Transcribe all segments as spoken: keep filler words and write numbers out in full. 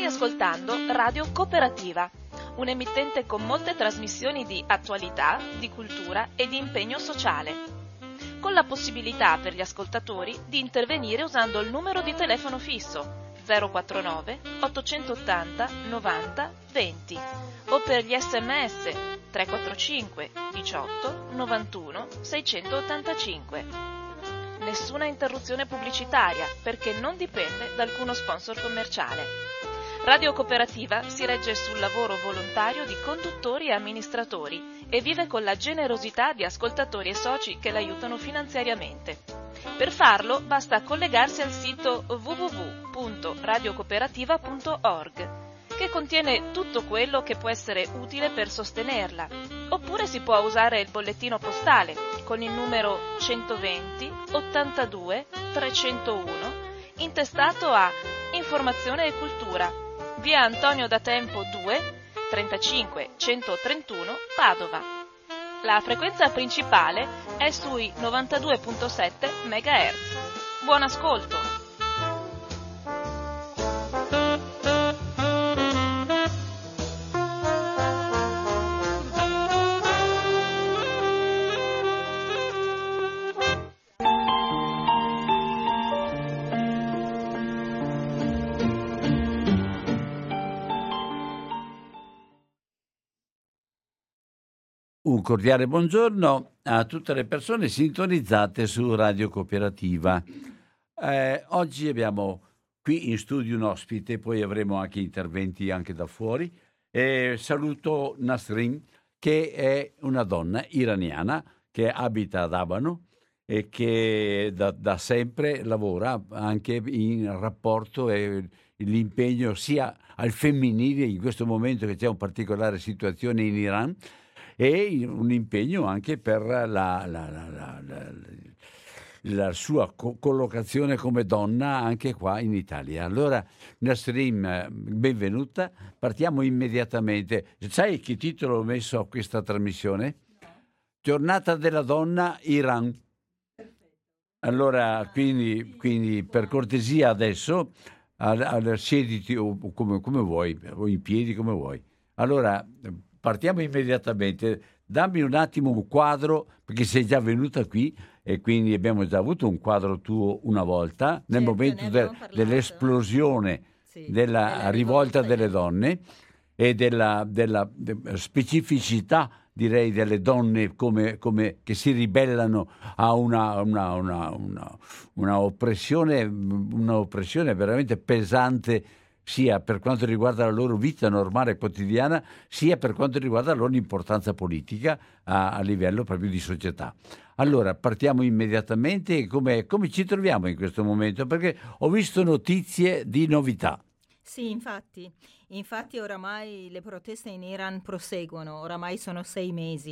ascoltando Radio Cooperativa, un'emittente con molte trasmissioni di attualità, di cultura e di impegno sociale, con la possibilità per gli ascoltatori di intervenire usando il numero di telefono fisso zero quattro nove ottocentottanta novanta venti o per gli sms tre quattro cinque diciotto novantuno seicentottantacinque. Nessuna interruzione pubblicitaria perché non dipende da alcuno sponsor commerciale. Radio Cooperativa si regge sul lavoro volontario di conduttori e amministratori e vive con la generosità di ascoltatori e soci che l'aiutano finanziariamente. Per farlo basta collegarsi al sito w w w punto radiocooperativa punto org, che contiene tutto quello che può essere utile per sostenerla, oppure si può usare il bollettino postale con il numero centoventi ottantadue trecentouno intestato a Informazione e Cultura, via Antonio da Tempo due, trentacinque centotrentuno Padova. La frequenza principale è sui novantadue virgola sette megahertz. Buon ascolto! Un cordiale buongiorno a tutte le persone sintonizzate su Radio Cooperativa. Eh, oggi abbiamo qui in studio un ospite, poi avremo anche interventi anche da fuori. Eh, saluto Nasrin, che è una donna iraniana che abita ad Abano e che da, da sempre lavora anche in rapporto e l'impegno sia al femminile in questo momento che c'è una particolare situazione in Iran, e un impegno anche per la, la, la, la, la, la sua co- collocazione come donna anche qua in Italia. Allora, Nasrin, benvenuta. Partiamo immediatamente. Sai che titolo ho messo a questa trasmissione? No. Giornata della donna Iran. Perfetto. Allora, quindi, quindi per cortesia adesso, al, al, siediti o come, come vuoi, o in piedi come vuoi. Allora, partiamo immediatamente. Dammi un attimo un quadro, perché sei già venuta qui e quindi abbiamo già avuto un quadro tuo una volta, nel certo, momento de- dell'esplosione sì, della, della rivolta, rivolta delle donne e della, della de- specificità, direi, delle donne come, come che si ribellano a una, una, una, una, una oppressione, una oppressione veramente pesante, sia per quanto riguarda la loro vita normale e quotidiana, sia per quanto riguarda la loro importanza politica a, a livello proprio di società. Allora, partiamo immediatamente. Come, come ci troviamo in questo momento? Perché ho visto notizie di novità. Sì, infatti. Infatti oramai le proteste in Iran proseguono, oramai sono sei mesi.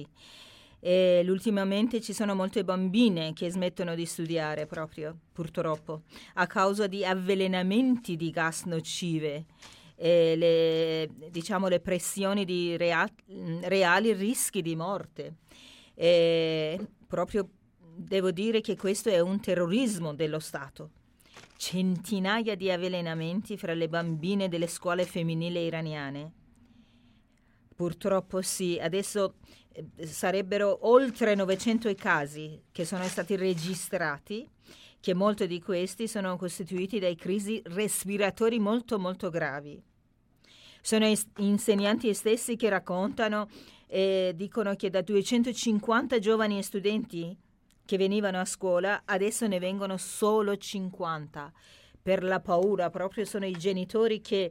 E ultimamente ci sono molte bambine che smettono di studiare proprio, purtroppo, a causa di avvelenamenti di gas nocive e le, diciamo, le pressioni di rea- reali rischi di morte. E proprio devo dire che questo è un terrorismo dello Stato. Centinaia di avvelenamenti fra le bambine delle scuole femminili iraniane. Purtroppo sì, adesso sarebbero oltre novecento i casi che sono stati registrati, che molti di questi sono costituiti da crisi respiratori molto molto gravi. Sono is- insegnanti stessi che raccontano e dicono che da duecentocinquanta giovani studenti che venivano a scuola adesso ne vengono solo cinquanta per la paura. Proprio sono i genitori che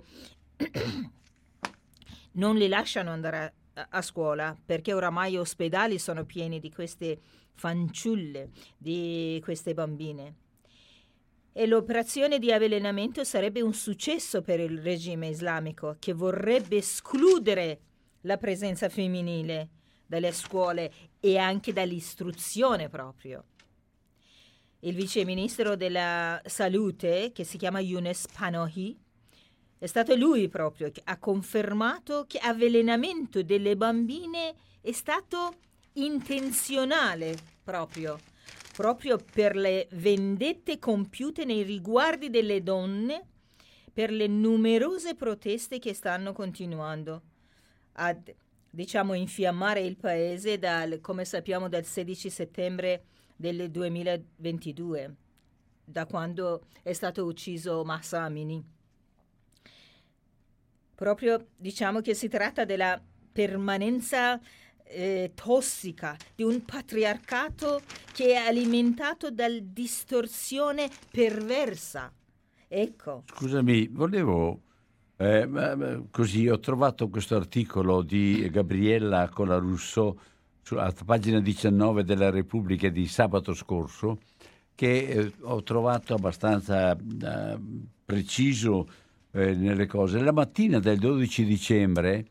non li lasciano andare a, a scuola perché oramai gli ospedali sono pieni di queste fanciulle, di queste bambine. E l'operazione di avvelenamento sarebbe un successo per il regime islamico, che vorrebbe escludere la presenza femminile dalle scuole e anche dall'istruzione proprio. Il viceministro della salute, che si chiama Younes Panohi, è stato lui proprio che ha confermato che avvelenamento delle bambine è stato intenzionale proprio, proprio per le vendette compiute nei riguardi delle donne per le numerose proteste che stanno continuando a, diciamo, infiammare il paese dal, come sappiamo, dal sedici settembre del duemilaventidue, da quando è stato ucciso Mahsa Amini. Proprio diciamo che si tratta della permanenza eh, tossica di un patriarcato che è alimentato dalla distorsione perversa. Ecco. Scusami, volevo eh, così ho trovato questo articolo di Gabriella Colarusso sulla pagina diciannove della Repubblica di sabato scorso, che eh, ho trovato abbastanza eh, preciso eh, nelle cose. La mattina del dodici dicembre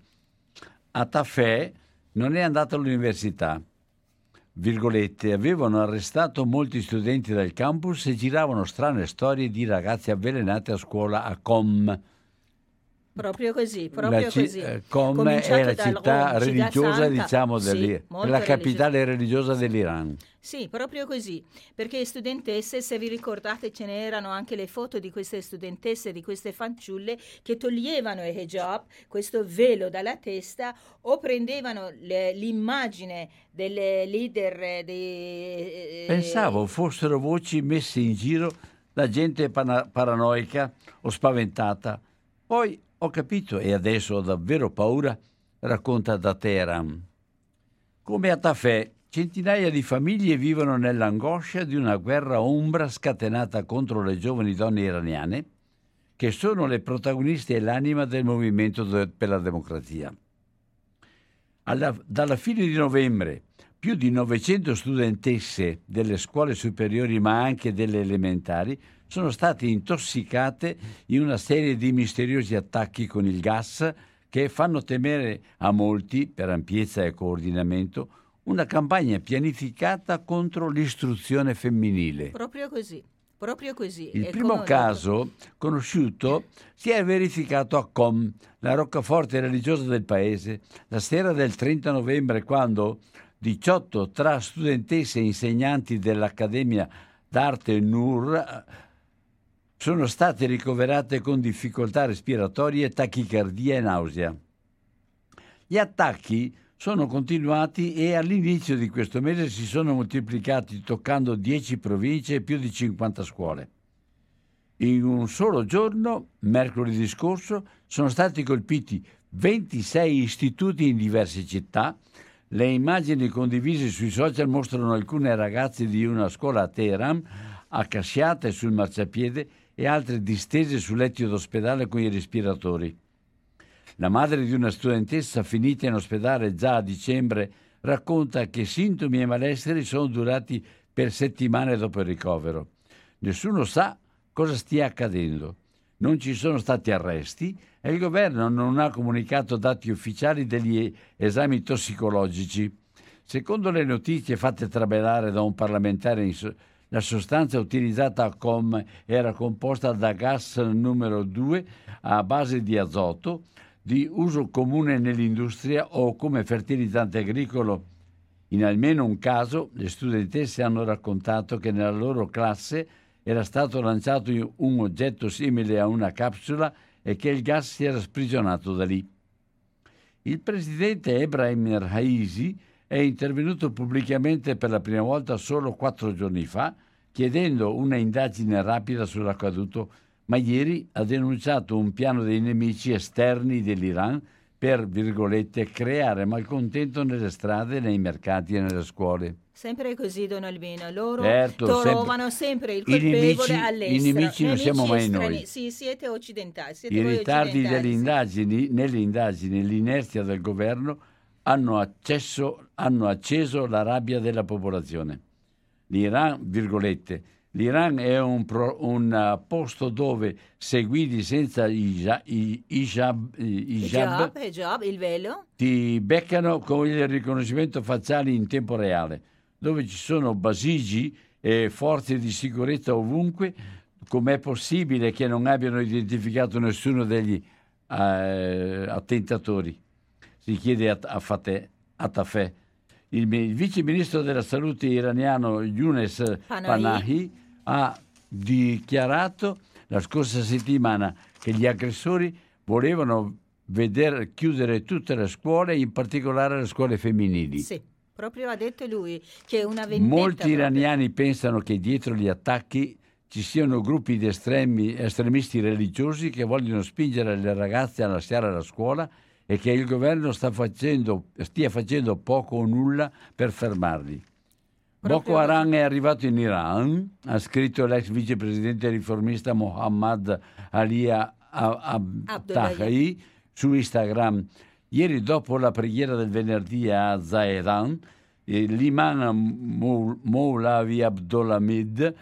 Atafè non è andato all'università. Virgolette, avevano arrestato molti studenti del campus e giravano strane storie di ragazzi avvelenati a scuola a Com. Proprio così, proprio la ci- così. eh, Com Cominciato è la dal città Rom, religiosa, Santa. diciamo, Sì, dell'I- molto la religiosa. capitale religiosa dell'Iran. Sì, proprio così, perché studentesse, se vi ricordate, ce n'erano anche le foto di queste studentesse, di queste fanciulle che toglievano il hijab, questo velo dalla testa, o prendevano le- l'immagine delle leader dei... Pensavo fossero voci messe in giro da gente pana- paranoica o spaventata. Poi ho capito e adesso ho davvero paura, racconta da Teheran. Come a Tafè, centinaia di famiglie vivono nell'angoscia di una guerra ombra scatenata contro le giovani donne iraniane, che sono le protagoniste e l'anima del movimento de- per la democrazia. Alla- dalla fine di novembre, più di novecento studentesse delle scuole superiori, ma anche delle elementari, sono state intossicate in una serie di misteriosi attacchi con il gas che fanno temere a molti, per ampiezza e coordinamento, una campagna pianificata contro l'istruzione femminile. Proprio così, proprio così. Il E primo come ho caso conosciuto si è verificato a Com, la roccaforte religiosa del paese, la sera del trenta novembre, quando diciotto tra studentesse e insegnanti dell'Accademia d'Arte Nur sono state ricoverate con difficoltà respiratorie, tachicardia e nausea. Gli attacchi sono continuati e all'inizio di questo mese si sono moltiplicati, toccando dieci province e più di cinquanta scuole. In un solo giorno, mercoledì scorso, sono stati colpiti ventisei istituti in diverse città. Le immagini condivise sui social mostrano alcune ragazze di una scuola a Teheran accasciate sul marciapiede e altre distese su letti d'ospedale con i respiratori. La madre di una studentessa finita in ospedale già a dicembre racconta che sintomi e malesseri sono durati per settimane dopo il ricovero. Nessuno sa cosa stia accadendo. Non ci sono stati arresti e il governo non ha comunicato dati ufficiali degli esami tossicologici. Secondo le notizie fatte trabellare da un parlamentare, in so- la sostanza utilizzata a Com era composta da gas numero due a base di azoto, di uso comune nell'industria o come fertilizzante agricolo. In almeno un caso, le studentesse hanno raccontato che nella loro classe era stato lanciato un oggetto simile a una capsula e che il gas si era sprigionato da lì. Il presidente Ebrahim Raisi è intervenuto pubblicamente per la prima volta solo quattro giorni fa, chiedendo una indagine rapida sull'accaduto, ma ieri ha denunciato un piano dei nemici esterni dell'Iran per, virgolette, creare malcontento nelle strade, nei mercati e nelle scuole. Sempre così, Don Albino, loro Certo, trovano sempre, sempre il i colpevole nemici- all'estero. i nemici non siamo mai estrani- noi. Sì, siete occidentali. Siete I voi ritardi occidentali, delle sì. indagini, nelle indagini e l'inerzia del governo hanno, accesso, hanno acceso la rabbia della popolazione. L'Iran, virgolette, l'Iran è un, pro- un uh, posto dove se guidi senza hija- i- hijab, i- hijab Hijab, hijab, il velo. ti beccano con il riconoscimento facciale in tempo reale, dove ci sono basigi e forze di sicurezza ovunque. Com'è possibile che non abbiano identificato nessuno degli eh, attentatori? Si chiede a, a, Fateh, a Tafè. Il, il vice ministro della salute iraniano Younes Panahi. Panahi ha dichiarato la scorsa settimana che gli aggressori volevano vedere chiudere tutte le scuole, in particolare le scuole femminili. Sì, proprio ha detto lui che è una vendetta. Molti proprio. iraniani pensano che dietro gli attacchi ci siano gruppi di estremi, estremisti religiosi che vogliono spingere le ragazze a lasciare la scuola e che il governo sta facendo, stia facendo poco o nulla per fermarli. Proprio Boko Haram è arrivato in Iran, ha scritto l'ex vicepresidente riformista Mohammad Ali Abtahi su Instagram. Ieri, dopo la preghiera del venerdì a Zaheran, l'imam Moulavi Abdolhamid,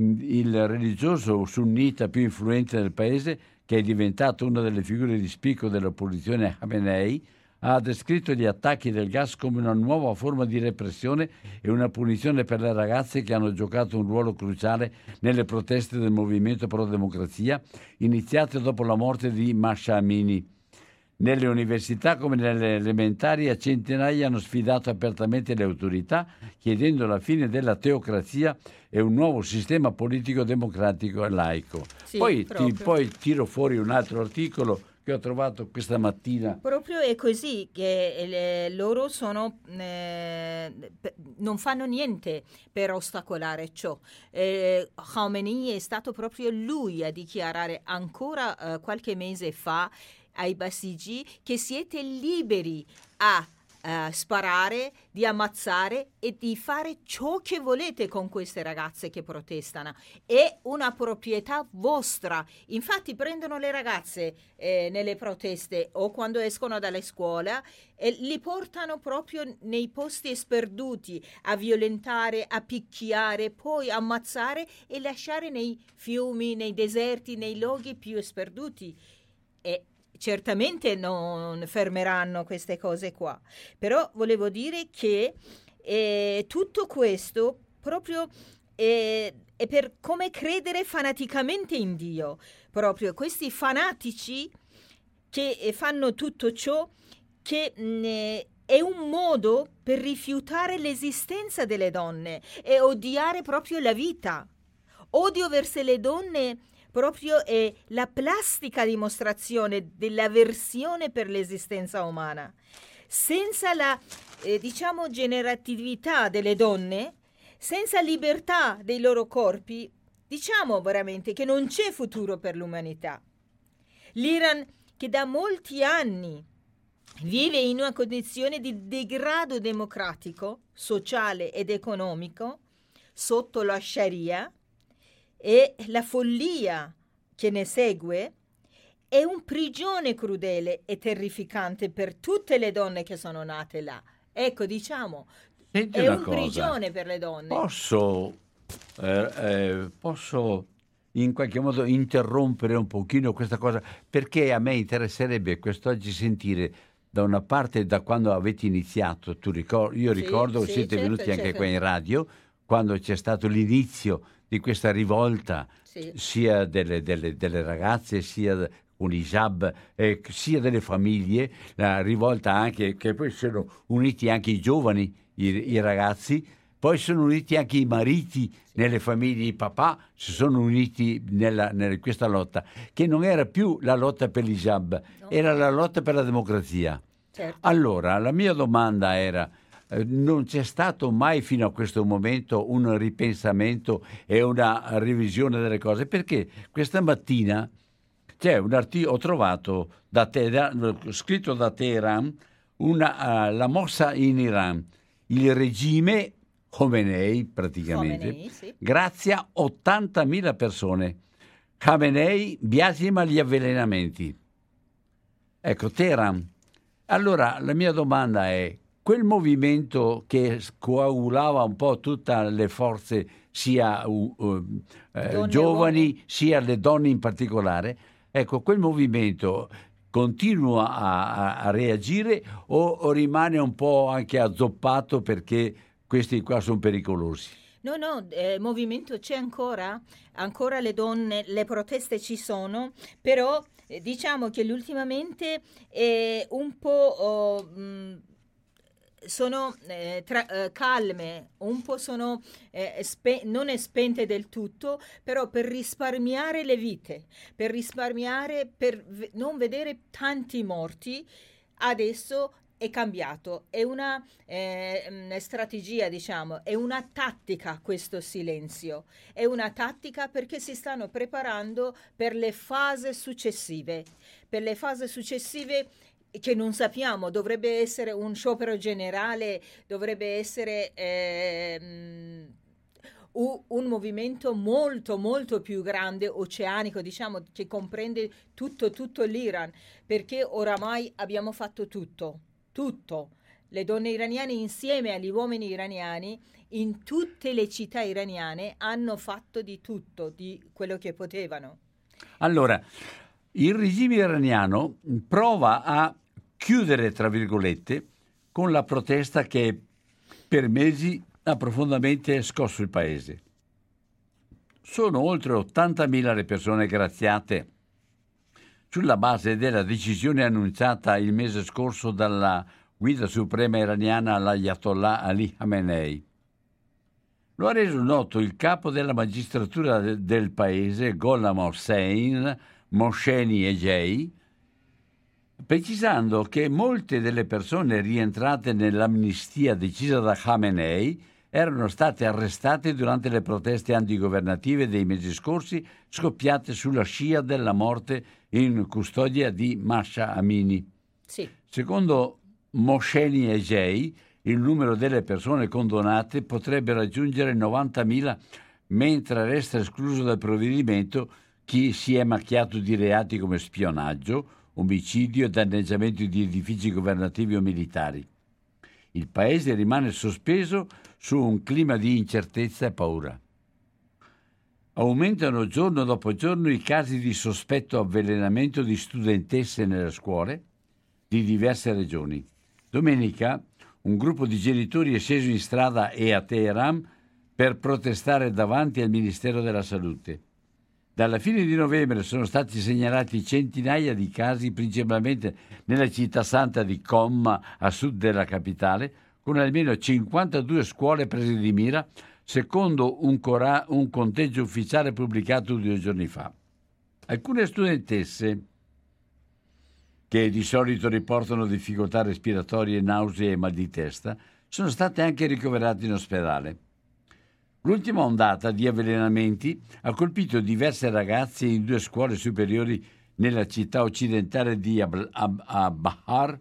il religioso sunnita più influente del paese, che è diventato una delle figure di spicco dell'opposizione Khamenei, ha descritto gli attacchi del gas come una nuova forma di repressione e una punizione per le ragazze che hanno giocato un ruolo cruciale nelle proteste del movimento pro-democrazia iniziate dopo la morte di Mahsa Amini. Nelle università come nelle elementari a centinaia hanno sfidato apertamente le autorità, chiedendo la fine della teocrazia e un nuovo sistema politico democratico e laico. Sì, poi, ti, poi tiro fuori un altro articolo che ho trovato questa mattina. Proprio è così che le, loro sono eh, non fanno niente per ostacolare ciò. Eh, Khamenei è stato proprio lui a dichiarare ancora eh, qualche mese fa ai Basiji che siete liberi a uh, sparare, di ammazzare e di fare ciò che volete con queste ragazze che protestano. È una proprietà vostra. Infatti prendono le ragazze eh, nelle proteste o quando escono dalle scuole e li portano proprio nei posti sperduti a violentare, a picchiare, poi ammazzare e lasciare nei fiumi, nei deserti, nei luoghi più sperduti. E certamente non fermeranno queste cose qua, però volevo dire che eh, tutto questo proprio eh, è per come credere fanaticamente in Dio, proprio questi fanatici che eh, fanno tutto ciò che mh, è un modo per rifiutare l'esistenza delle donne e odiare proprio la vita. Odio verso le donne proprio è la plastica dimostrazione dell'avversione per l'esistenza umana. Senza la, eh, diciamo, generatività delle donne, senza libertà dei loro corpi, diciamo veramente che non c'è futuro per l'umanità. L'Iran, che da molti anni vive in una condizione di degrado democratico, sociale ed economico, sotto la Sharia, e la follia che ne segue, è un prigione crudele e terrificante per tutte le donne che sono nate là. Ecco, diciamo, Senti è una un cosa. prigione per le donne. Posso, eh, eh, posso in qualche modo interrompere un pochino questa cosa, perché a me interesserebbe quest'oggi sentire da una parte, da quando avete iniziato, tu ricor- io Sì, ricordo che sì, siete certo, venuti anche certo. qua in radio, quando c'è stato l'inizio di questa rivolta, Sì. sia delle, delle, delle ragazze, sia con hijab, eh, sia delle famiglie, la rivolta anche, che poi sono uniti anche i giovani, i, i ragazzi, poi sono uniti anche i mariti nelle famiglie, i papà si sono uniti nella, nella questa lotta, che non era più la lotta per l'hijab, No. era la lotta per la democrazia. Certo. Allora, la mia domanda era, eh, non c'è stato mai fino a questo momento un ripensamento e una revisione delle cose? Perché questa mattina c'è un articolo, ho trovato da Teheran, scritto da Teheran, una, uh, la mossa in Iran, il regime Khamenei praticamente, Khamenei, sì. grazia ottantamila persone. Khamenei biasima gli avvelenamenti. Ecco, Teheran. Allora, la mia domanda è, quel movimento che coagulava un po' tutte le forze, sia uh, uh, eh, giovani, sia le donne in particolare, ecco, quel movimento continua a, a, a reagire o, o rimane un po' anche azzoppato perché questi qua sono pericolosi? No, no, il eh, movimento c'è ancora, ancora le donne, le proteste ci sono, però eh, diciamo che ultimamente è un po' oh, mh, sono eh, tra, eh, calme, un po' sono eh, spe- non è spente del tutto, però per risparmiare le vite, per risparmiare, per v- non vedere tanti morti, adesso è cambiato, è una eh, strategia, diciamo, è una tattica questo silenzio, è una tattica perché si stanno preparando per le fasi successive, per le fasi successive che non sappiamo, dovrebbe essere un sciopero generale, dovrebbe essere ehm, u- un movimento molto molto più grande, oceanico, diciamo, che comprende tutto, tutto l'Iran, perché oramai abbiamo fatto tutto, tutto. Le donne iraniane insieme agli uomini iraniani in tutte le città iraniane hanno fatto di tutto, di quello che potevano. Allora, il regime iraniano prova a chiudere, tra virgolette, con la protesta che per mesi ha profondamente scosso il paese. Sono oltre ottantamila le persone graziate sulla base della decisione annunciata il mese scorso dalla guida suprema iraniana, l'Ayatollah Ali Khamenei. Lo ha reso noto il capo della magistratura de- del paese, Gholam Hossein Mohseni Ejei, precisando che molte delle persone rientrate nell'amnistia decisa da Khamenei erano state arrestate durante le proteste antigovernative dei mesi scorsi scoppiate sulla scia della morte in custodia di Mahsa Amini. Sì. Secondo Mohseni Ejei, il numero delle persone condannate potrebbe raggiungere novantamila, mentre resta escluso dal provvedimento chi si è macchiato di reati come spionaggio, omicidio e danneggiamento di edifici governativi o militari. Il paese rimane sospeso su un clima di incertezza e paura. Aumentano giorno dopo giorno i casi di sospetto avvelenamento di studentesse nelle scuole di diverse regioni. Domenica un gruppo di genitori è sceso in strada e a Teheran per protestare davanti al Ministero della Salute. Dalla fine di novembre sono stati segnalati centinaia di casi, principalmente nella città santa di Qom, a sud della capitale, con almeno cinquantadue scuole prese di mira, secondo un, cora- un conteggio ufficiale pubblicato due giorni fa. Alcune studentesse, che di solito riportano difficoltà respiratorie, nausea e mal di testa, sono state anche ricoverate in ospedale. L'ultima ondata di avvelenamenti ha colpito diverse ragazze in due scuole superiori nella città occidentale di Ab- Ab- Abhar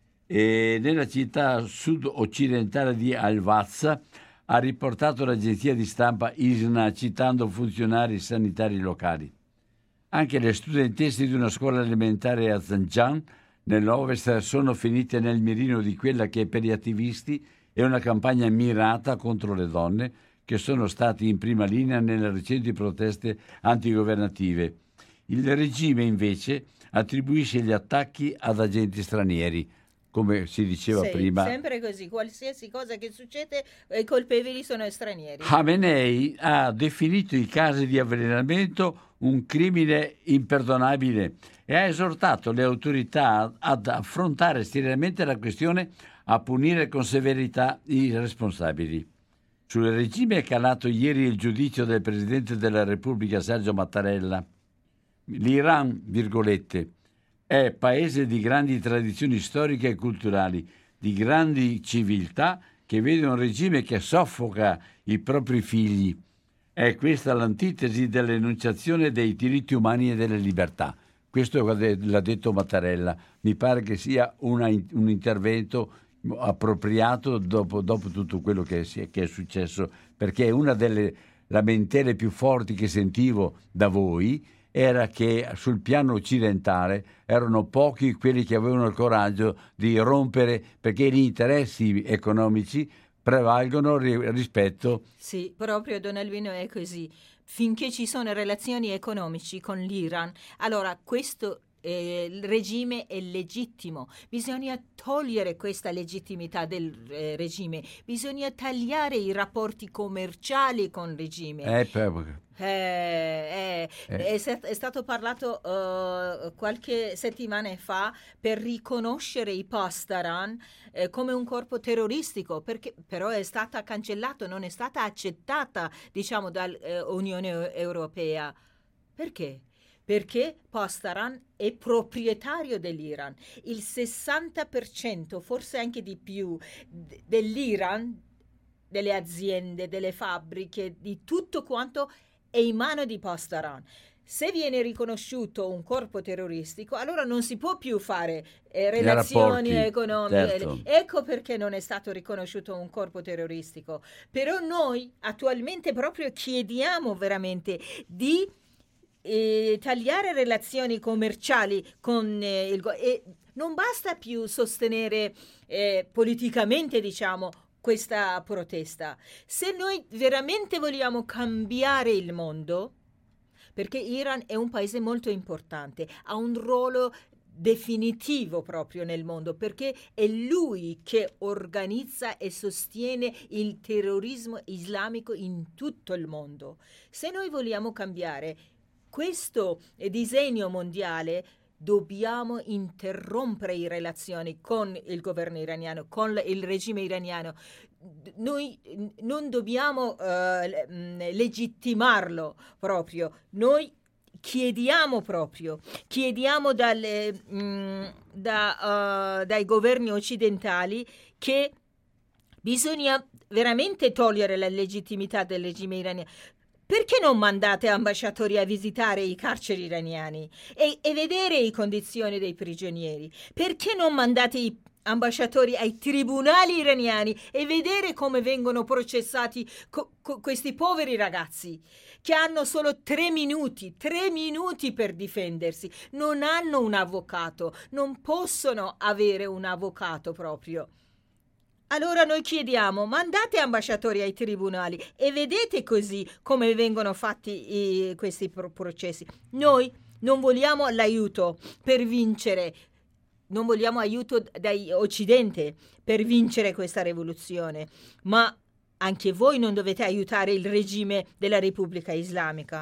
e nella città sud-occidentale di Al-Vazza, ha riportato l'agenzia di stampa ISNA citando funzionari sanitari locali. Anche le studentesse di una scuola elementare a Zanjan, nell'ovest, sono finite nel mirino di quella che per gli attivisti è una campagna mirata contro le donne che sono stati in prima linea nelle recenti proteste antigovernative. Il regime invece attribuisce gli attacchi ad agenti stranieri, come si diceva Sì, prima. sempre così, qualsiasi cosa che succede, i colpevoli sono stranieri. Khamenei ha definito i casi di avvelenamento un crimine imperdonabile e ha esortato le autorità ad affrontare seriamente la questione, a punire con severità i responsabili. Sul regime è calato ieri il giudizio del Presidente della Repubblica Sergio Mattarella. L'Iran, virgolette, è paese di grandi tradizioni storiche e culturali, di grandi civiltà, che vede un regime che soffoca i propri figli. È questa l'antitesi dell'enunciazione dei diritti umani e delle libertà. Questo l'ha detto Mattarella. Mi pare che sia una, un intervento appropriato dopo, dopo tutto quello che, si è, che è successo, perché una delle lamentele più forti che sentivo da voi era che sul piano occidentale erano pochi quelli che avevano il coraggio di rompere, perché gli interessi economici prevalgono rispetto. Sì, proprio Don Albino è così. Finché ci sono relazioni economici con l'Iran, allora questo eh, il regime è legittimo. Bisogna togliere questa legittimità del eh, regime, bisogna tagliare i rapporti commerciali con il regime. Eh, per... Eh, eh, Eh. È, è stato parlato uh, qualche settimana fa per riconoscere i Pasdaran eh, come un corpo terroristico, perché però è stata cancellata, non è stata accettata, diciamo, dall'Unione eh, Europea. Perché? Perché Pasdaran è proprietario dell'Iran. Il sessanta per cento, forse anche di più, d- dell'Iran, delle aziende, delle fabbriche, di tutto quanto è in mano di Pasdaran. Se viene riconosciuto un corpo terroristico, allora non si può più fare eh, relazioni economiche. Certo. Ecco perché non è stato riconosciuto un corpo terroristico. Però noi attualmente proprio chiediamo veramente di eh, tagliare relazioni commerciali con eh, il governo. E non basta più sostenere eh, politicamente, diciamo, questa protesta. Se noi veramente vogliamo cambiare il mondo, perché Iran è un paese molto importante, ha un ruolo definitivo proprio nel mondo, perché è lui che organizza e sostiene il terrorismo islamico in tutto il mondo. Se noi vogliamo cambiare questo disegno mondiale, dobbiamo interrompere le relazioni con il governo iraniano, con il regime iraniano. Noi non dobbiamo uh, legittimarlo proprio. Noi chiediamo proprio, chiediamo dalle, mh, da, uh, dai governi occidentali che bisogna veramente togliere la legittimità del regime iraniano. Perché non mandate ambasciatori a visitare i carceri iraniani e, e vedere le condizioni dei prigionieri? Perché non mandate i ambasciatori ai tribunali iraniani e vedere come vengono processati co- co- questi poveri ragazzi che hanno solo tre minuti, tre minuti per difendersi, non hanno un avvocato, non possono avere un avvocato proprio. Allora noi chiediamo, mandate ambasciatori ai tribunali e vedete così come vengono fatti i, questi pro- processi. Noi non vogliamo l'aiuto per vincere, non vogliamo aiuto dall'Occidente per vincere questa rivoluzione, ma anche voi non dovete aiutare il regime della Repubblica Islamica.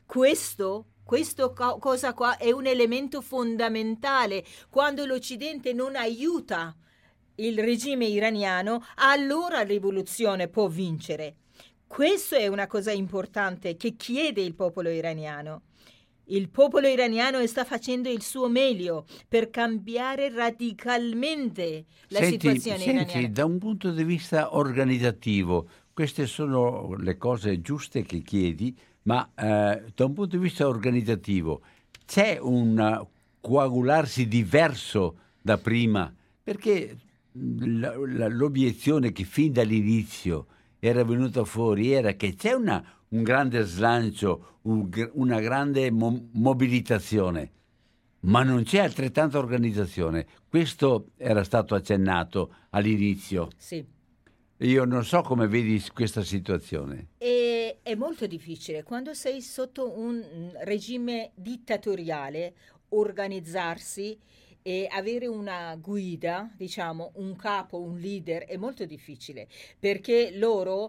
Questo Questo co- cosa qua è un elemento fondamentale. Quando l'Occidente non aiuta il regime iraniano, allora la rivoluzione può vincere. Questo è una cosa importante che chiede il popolo iraniano. Il popolo iraniano sta facendo il suo meglio per cambiare radicalmente la senti, situazione senti, iraniana. Da un punto di vista organizzativo, queste sono le cose giuste che chiedi, ma eh, da un punto di vista organizzativo c'è un coagularsi diverso da prima? Perché l'obiezione che fin dall'inizio era venuta fuori era che c'è una, un grande slancio, un, una grande mo- mobilitazione, ma non c'è altrettanta organizzazione. Questo era stato accennato all'inizio. Sì. Io non so come vedi questa situazione. E, è molto difficile. Quando sei sotto un regime dittatoriale, organizzarsi e avere una guida, diciamo, un capo, un leader, è molto difficile, perché loro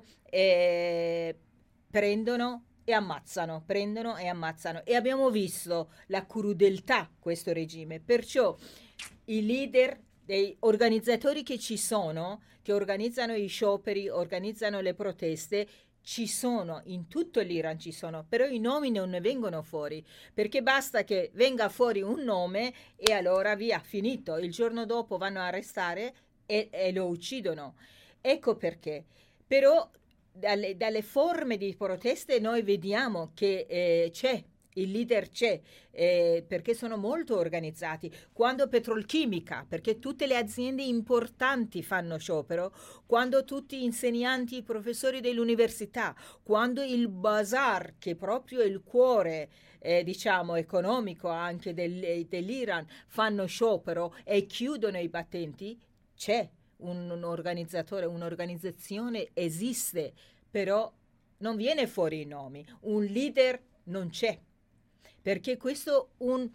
eh, prendono e ammazzano, prendono e ammazzano. E abbiamo visto la crudeltà questo regime. Perciò i leader, dei organizzatori che ci sono, che organizzano i scioperi, organizzano le proteste, ci sono, in tutto l'Iran ci sono, però i nomi non ne vengono fuori, perché basta che venga fuori un nome e allora via, finito. Il giorno dopo vanno a arrestare e, e lo uccidono. Ecco perché. Però dalle, dalle forme di proteste noi vediamo che eh, c'è, il leader c'è, eh, perché sono molto organizzati. Quando Petrolchimica, perché tutte le aziende importanti fanno sciopero, quando tutti gli insegnanti, i professori dell'università, quando il bazar, che è proprio il cuore eh, diciamo economico anche del, dell'Iran, fanno sciopero e chiudono i battenti, c'è un, un organizzatore, un'organizzazione esiste, però non viene fuori i nomi, un leader non c'è. Perché questo è un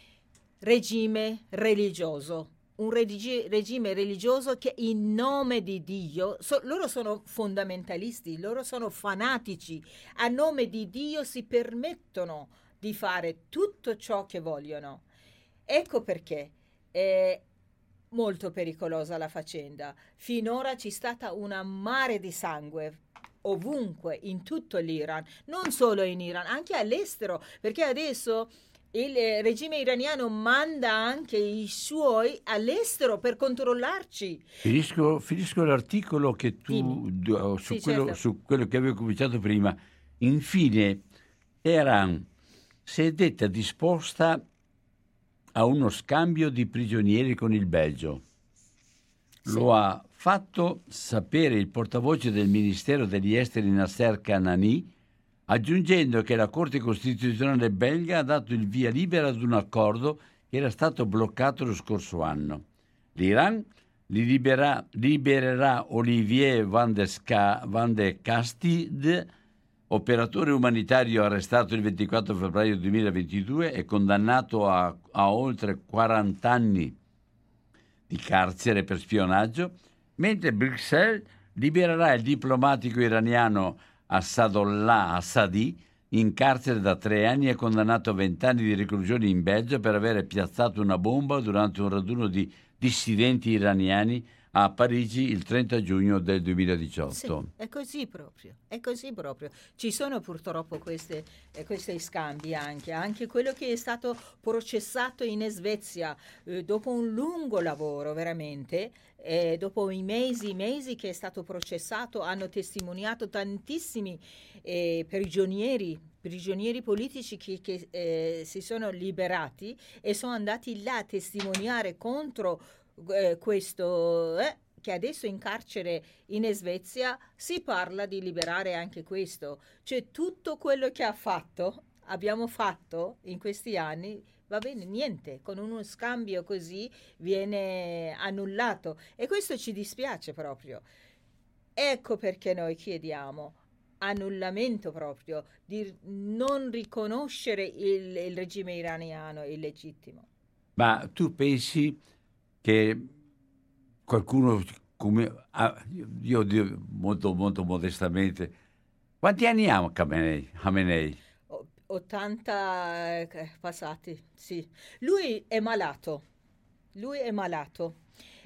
regime religioso, un regi- regime religioso che in nome di Dio, so, loro sono fondamentalisti, loro sono fanatici, a nome di Dio si permettono di fare tutto ciò che vogliono. Ecco perché è molto pericolosa la faccenda. Finora c'è stata una mare di sangue ovunque, in tutto l'Iran, non solo in Iran, anche all'estero, perché adesso il regime iraniano manda anche i suoi all'estero per controllarci. Finisco, finisco l'articolo che tu su, sì, quello, certo. su quello che avevo cominciato prima. Infine, Teheran si è detta disposta a uno scambio di prigionieri con il Belgio. Sì. Lo ha fatto sapere il portavoce del Ministero degli Esteri Nasser Kanani, aggiungendo che la Corte Costituzionale belga ha dato il via libera ad un accordo che era stato bloccato lo scorso anno. L'Iran li libera, libererà Olivier Van de, Ska, Van de Castide, operatore umanitario arrestato il ventiquattro febbraio duemilaventidue e condannato a, a oltre quaranta anni di carcere per spionaggio, mentre Bruxelles libererà il diplomatico iraniano Assadollah Assadi, in carcere da tre anni e condannato a vent'anni di reclusione in Belgio per aver piazzato una bomba durante un raduno di dissidenti iraniani a Parigi il trenta giugno del duemiladiciotto. Sì, è così proprio, è così proprio. Ci sono purtroppo queste, eh, questi scambi anche, anche quello che è stato processato in Svezia eh, dopo un lungo lavoro veramente, eh, dopo i mesi, mesi che è stato processato, hanno testimoniato tantissimi eh, prigionieri, prigionieri politici che, che eh, si sono liberati e sono andati là a testimoniare contro eh, questo... Eh, che adesso in carcere in Svezia si parla di liberare anche questo. Cioè tutto quello che ha fatto, abbiamo fatto in questi anni, va bene, niente, con uno scambio così viene annullato e questo ci dispiace proprio. Ecco perché noi chiediamo annullamento proprio, di non riconoscere il, il regime iraniano illegittimo. Ma tu pensi che qualcuno come ah, io dico molto molto modestamente, quanti anni ha Khamenei? Khamenei? ottanta eh, passati, sì. Lui è malato, lui è malato.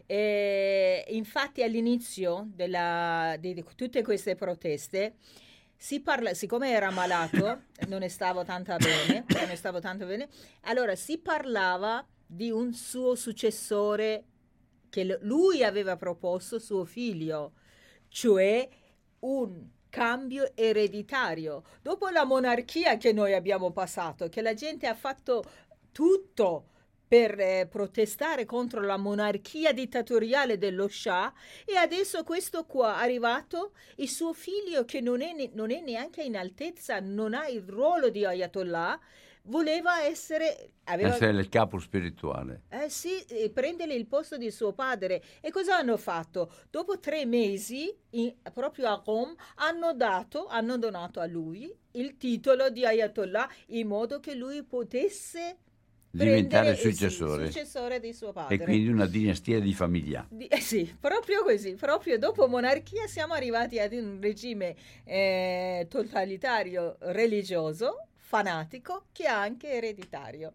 E infatti all'inizio della, di, di tutte queste proteste si parla, siccome era malato, non stava tanto bene, non stava tanto bene, allora si parlava di un suo successore che lui aveva proposto, suo figlio, cioè un cambio ereditario. Dopo la monarchia che noi abbiamo passato, che la gente ha fatto tutto per eh, protestare contro la monarchia dittatoriale dello Shah, e adesso questo qua è arrivato, il suo figlio che non è, ne, non è neanche in altezza, non ha il ruolo di Ayatollah, voleva essere aveva, essere il capo spirituale. Eh sì, prendere il posto di suo padre. E cosa hanno fatto? Dopo tre mesi, in, proprio a Rome, hanno dato, hanno donato a lui il titolo di Ayatollah in modo che lui potesse diventare prendere, successore. Eh sì, successore di suo padre. E quindi una dinastia di famiglia. Di, eh sì, proprio così. Proprio dopo monarchia siamo arrivati ad un regime eh, totalitario religioso, fanatico, che è anche ereditario.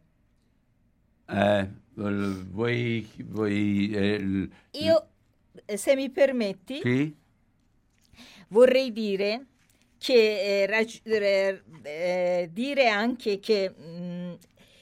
Eh, vuoi, vuoi eh, io se mi permetti sì? vorrei dire che eh, rag- eh, dire anche che mh,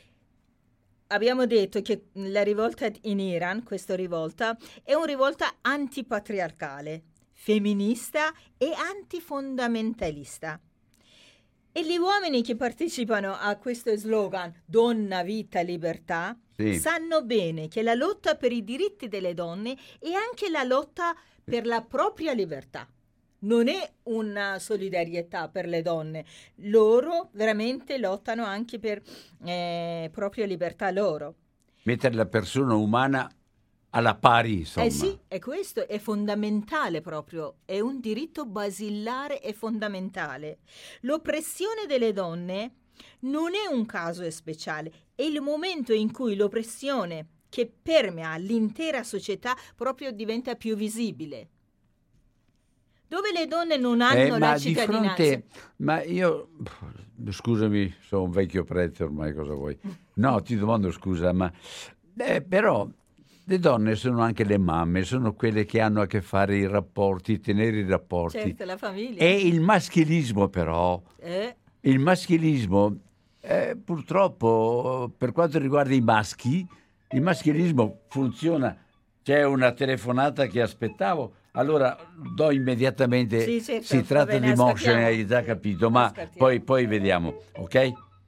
abbiamo detto che la rivolta in Iran, questa rivolta è una rivolta antipatriarcale, femminista e antifondamentalista. E gli uomini che partecipano a questo slogan donna, vita, libertà, sì, sanno bene che la lotta per i diritti delle donne è anche la lotta per la propria libertà. Non è una solidarietà per le donne. Loro veramente lottano anche per eh, propria libertà loro. Mettere la persona umana alla pari, insomma. Eh sì, e questo è fondamentale proprio, è un diritto basilare e fondamentale. L'oppressione delle donne non è un caso speciale, è il momento in cui l'oppressione che permea l'intera società proprio diventa più visibile. dove le donne non hanno eh, la ma cittadinanza. Di fronte, ma io, scusami, sono un vecchio prete ormai, cosa vuoi? No, ti domando scusa, ma eh, però le donne sono anche le mamme, sono quelle che hanno a che fare i rapporti, tenere i rapporti. Certo, la famiglia. E il maschilismo però, Eh? il maschilismo, eh, purtroppo per quanto riguarda i maschi, il maschilismo funziona. C'è una telefonata che aspettavo, allora do immediatamente, Sì, certo, si va tratta bene, di Moshe, aspettiamo. hai già Sì, capito, ma aspettiamo. poi, poi vediamo, ok?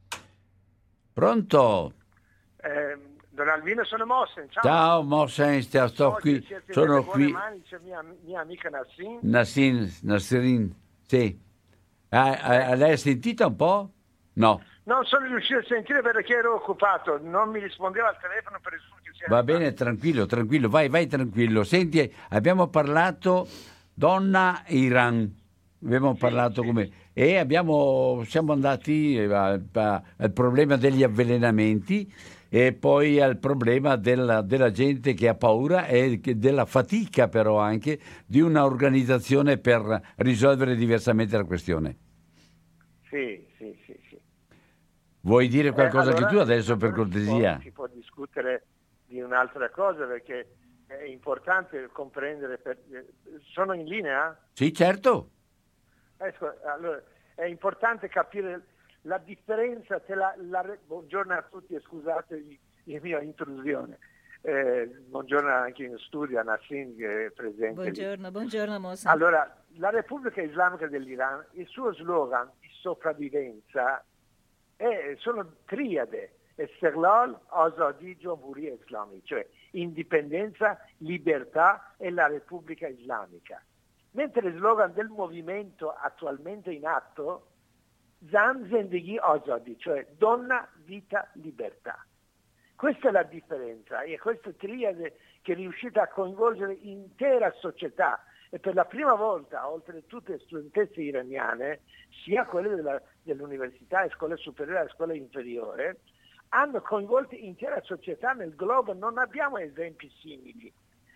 Pronto? Eh, Don Albino, sono Mossen. Ciao. Ciao Moshe, sto So qui, che siete sono nelle buone qui, mani, c'è mia, mia amica Nassim. Nassin, Nasrin, sì. Ah, ah, lei ha sentito un po'? No. Non sono riuscito a sentire perché ero occupato, non mi rispondeva al telefono per il suo che sia Va arrivato. bene, tranquillo, tranquillo, vai, vai tranquillo. Senti, abbiamo parlato donna Iran, abbiamo Sì, parlato sì. come... E abbiamo, siamo andati eh, al, al problema degli avvelenamenti e poi al problema della, della gente che ha paura e che- della fatica però anche di una organizzazione per risolvere diversamente la questione. Sì, sì, sì, sì. Vuoi dire qualcosa Eh, allora, che tu adesso per allora si può- cortesia? Si può, discutere di un'altra cosa perché è importante comprendere. Per, eh, sono in linea? Sì, certo. Ecco, allora, è importante capire la differenza tra la, la- buongiorno a tutti e scusate la mia intrusione. Eh, buongiorno anche in studio a Nassim che è presente lì. Buongiorno, buongiorno Mossa. Allora, la Repubblica Islamica dell'Iran, il suo slogan di sopravvivenza è, sono triade, Istiqlal, Azadi, Jamhuriya Islami, cioè indipendenza, libertà e la Repubblica Islamica. Mentre il slogan del movimento attualmente in atto, Zan Zendegi Azadi, cioè donna, vita, libertà. Questa è la differenza e questa triade che è riuscita a coinvolgere l'intera società e per la prima volta, oltre a tutte le studentesse iraniane, sia quelle della, dell'università e scuola superiore e scuola inferiore, hanno coinvolto l'intera società nel globo. Non abbiamo esempi simili.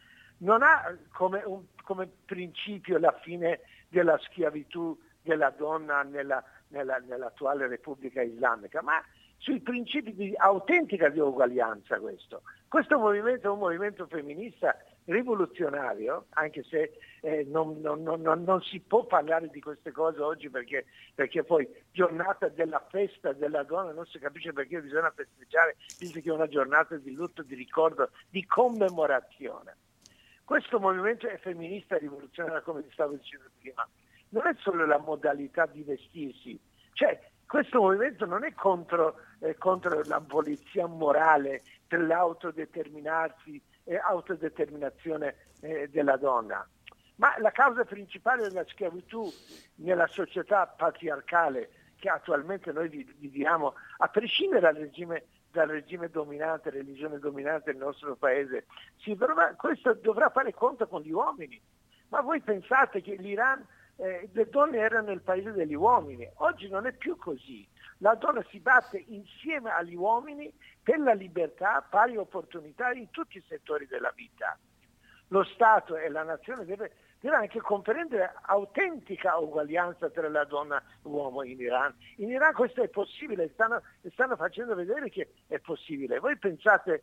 Non ha come, un, come principio la fine della schiavitù della donna nella, nella, nell'attuale Repubblica Islamica, ma sui principi di autentica di uguaglianza questo. Questo movimento è un movimento femminista rivoluzionario, anche se eh, non, non, non, non si può parlare di queste cose oggi perché, perché poi giornata della festa della donna non si capisce perché bisogna festeggiare, visto che è una giornata di lutto, di ricordo, di commemorazione. Questo movimento è femminista rivoluzionario, come vi stavo dicendo prima. Non è solo la modalità di vestirsi, cioè questo movimento non è contro, eh, contro l'abolizione morale per l'autodeterminarsi e autodeterminazione eh, della donna, ma la causa principale della schiavitù nella società patriarcale che attualmente noi viviamo, a prescindere dal regime, dal regime dominante, religione dominante del nostro paese, si dovrà, questo dovrà fare conto con gli uomini. Ma voi pensate che l'Iran, eh, le donne erano il paese degli uomini? Oggi non è più così. La donna si batte insieme agli uomini per la libertà, pari opportunità in tutti i settori della vita. Lo Stato e la nazione deve, deve anche comprendere autentica uguaglianza tra la donna e l'uomo in Iran. In Iran questo è possibile, stanno, stanno facendo vedere che è possibile. Voi pensate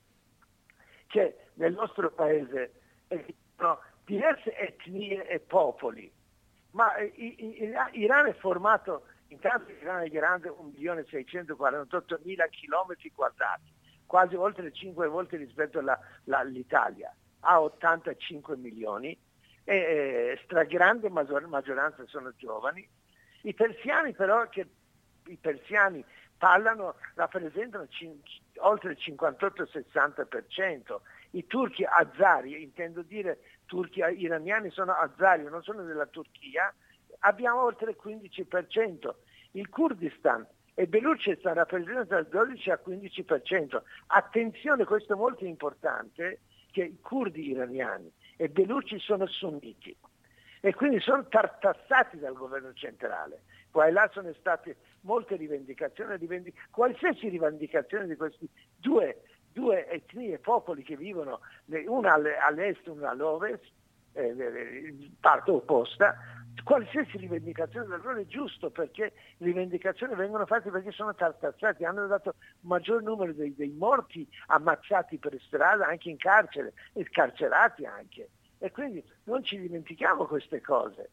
che nel nostro paese esistono diverse etnie e popoli, ma l'Iran è formato, intanto l'Iran è grande, un milione seicentoquarantottomila chilometri quadrati, quasi oltre cinque volte rispetto alla, alla, all'Italia, ha ottantacinque milioni, e eh, stragrande maggioranza sono giovani. I persiani però, che i persiani parlano, rappresentano cin- oltre il cinquantotto sessanta per cento. I turchi azari, intendo dire turchi iraniani, sono azari, non sono della Turchia, abbiamo oltre il quindici per cento. Il Kurdistan e Belucistan rappresentano dal dodici al quindici per cento. Attenzione, questo è molto importante, che i curdi iraniani e beluci sono sunniti e quindi sono tartassati dal governo centrale. Qua e là sono state molte rivendicazioni, rivendic- qualsiasi rivendicazione di questi due, due etnie e popoli che vivono, una all'est e una all'ovest, eh, parte opposta, Qualsiasi rivendicazione del loro è giusto, perché le rivendicazioni vengono fatte perché sono tartassati, hanno dato maggior numero dei, dei morti ammazzati per strada, anche in carcere, e scarcerati anche. E quindi non ci dimentichiamo queste cose.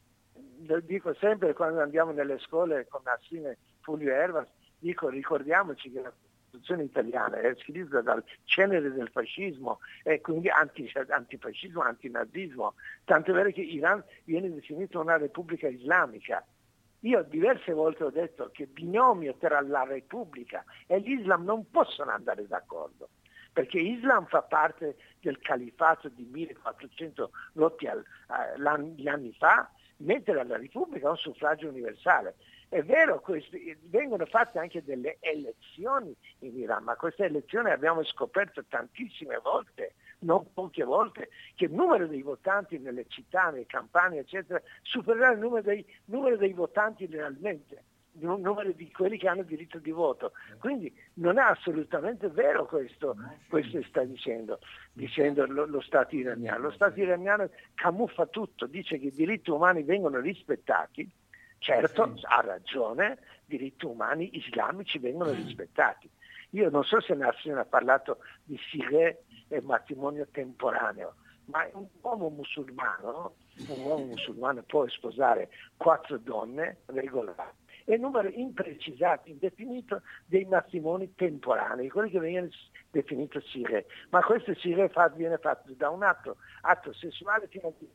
Lo dico sempre quando andiamo nelle scuole con Nassine Fulvio Ervas, dico ricordiamoci che la Costituzione italiana è scritta dal cenere del fascismo e quindi anti, antifascismo, antinazismo, tanto è vero che Iran viene definito una repubblica islamica. Io diverse volte ho detto che binomio tra la repubblica e l'Islam non possono andare d'accordo, perché Islam fa parte del califato di millequattrocento rotti al, eh, gli anni fa, mentre la Repubblica è un suffragio universale. È vero, questi, vengono fatte anche delle elezioni in Iran, ma queste elezioni abbiamo scoperto tantissime volte, non poche volte, che il numero dei votanti nelle città, nelle campagne, eccetera, supererà il numero dei, numero dei votanti realmente, il numero di quelli che hanno diritto di voto. Quindi non è assolutamente vero questo, questo sta dicendo, dicendo lo, lo Stato iraniano. Lo Stato iraniano camuffa tutto, dice che i diritti umani vengono rispettati. Certo, ha ragione, diritti umani islamici vengono rispettati. Io non so se Nasrin ha parlato di sirè e matrimonio temporaneo, ma un uomo musulmano, un uomo musulmano può sposare quattro donne regolari e il numero imprecisato, indefinito dei matrimoni temporanei, quelli che vengono definiti sirè. Ma questo sirè viene fatto da un atto, atto sessuale fino a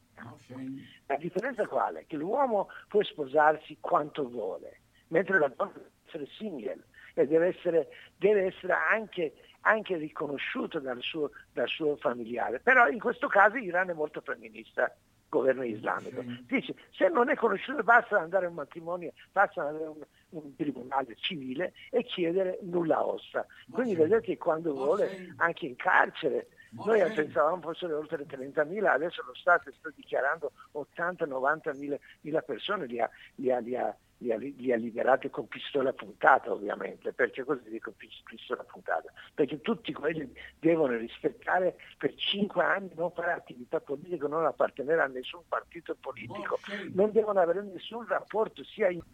la differenza quale? Che l'uomo può sposarsi quanto vuole, mentre la donna deve essere single e deve essere, deve essere anche, anche riconosciuto dal suo, dal suo familiare. Però in questo caso Iran è molto femminista, governo islamico. Dice, se non è conosciuto basta andare a un matrimonio, basta andare a un, un tribunale civile e chiedere nulla osta. Quindi vedete che quando vuole, anche in carcere, noi pensavamo fossero oltre trentamila, adesso lo Stato sta dichiarando ottanta novanta mila persone, li ha, li, ha, li, ha, li, ha, li ha liberati con pistola puntata, ovviamente. Perché cosa dico pistola puntata? Perché tutti quelli devono rispettare per cinque anni, non fare attività politica, non appartenere a nessun partito politico, non devono avere nessun rapporto sia in...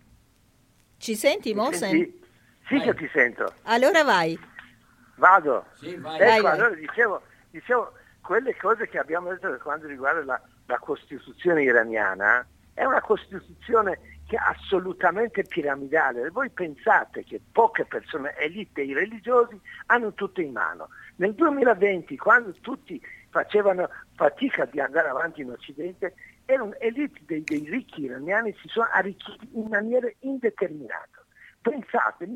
Ci senti, Mohsen? Sì, sì che ti sento. Allora vai. Vado. Sì, vai. Ecco, Vai, vai. allora dicevo, dicevo, quelle cose che abbiamo detto per quanto riguarda la, la Costituzione iraniana, è una Costituzione che è assolutamente piramidale. Voi pensate che poche persone, elite e i religiosi, hanno tutto in mano. Nel duemilaventi, quando tutti facevano fatica di andare avanti in Occidente, erano elite dei, dei ricchi iraniani, si sono arricchiti in maniera indeterminata. Pensate,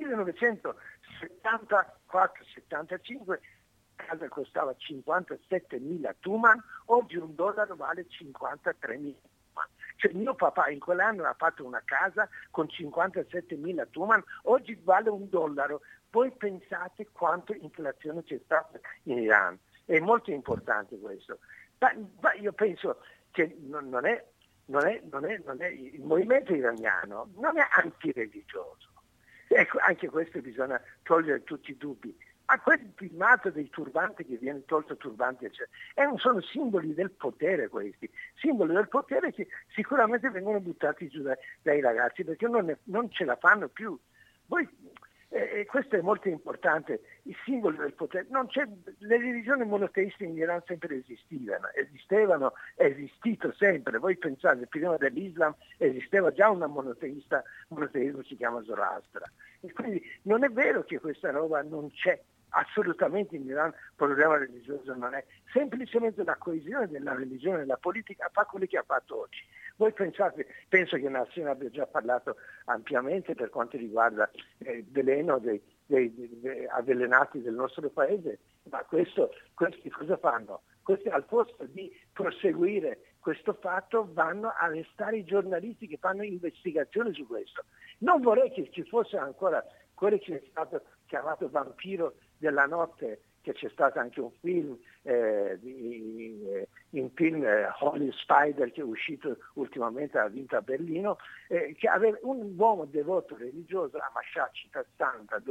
millenovecentosettantaquattro settantacinque casa costava cinquantasettemila tuman, oggi un dollaro vale cinquantatremila tuman. Cioè mio papà in quell'anno ha fatto una casa con cinquantasettemila tuman, oggi vale un dollaro. Voi pensate quanto inflazione c'è stata in Iran. È molto importante questo. Ma, ma io penso che non, non, è, non, è, non, è, non è il movimento iraniano non è antireligioso. Ecco, anche questo bisogna togliere tutti i dubbi. Ma quel filmato dei turbanti che viene tolto turbanti, eccetera, eh, sono simboli del potere questi, simboli del potere che sicuramente vengono buttati giù dai, dai ragazzi perché non, ne, non ce la fanno più. Voi, eh, questo è molto importante, i simboli del potere. Non c'è, le religioni monoteiste in Iran sempre esistivano, esistevano, è esistito sempre. Voi pensate, prima dell'Islam esisteva già una monoteista, monoteismo si chiama Zoroastra. E quindi non è vero che questa roba non c'è. Assolutamente in Iran il problema religioso non è, semplicemente la coesione della religione e della politica fa quello che ha fatto oggi. Voi pensate, penso che Nassina abbia già parlato ampiamente per quanto riguarda eh, il veleno dei, dei, dei, dei avvelenati del nostro paese, ma questo, questi cosa fanno? Questi al posto di proseguire questo fatto vanno a arrestare i giornalisti che fanno investigazioni su questo. Non vorrei che ci fosse ancora quello che è stato chiamato vampiro della notte, che c'è stato anche un film, eh, di, eh, in film eh, Holy Spider che è uscito ultimamente, ha vinto a Berlino, eh, che aveva un uomo devoto religioso a Mashhad, città santa, dove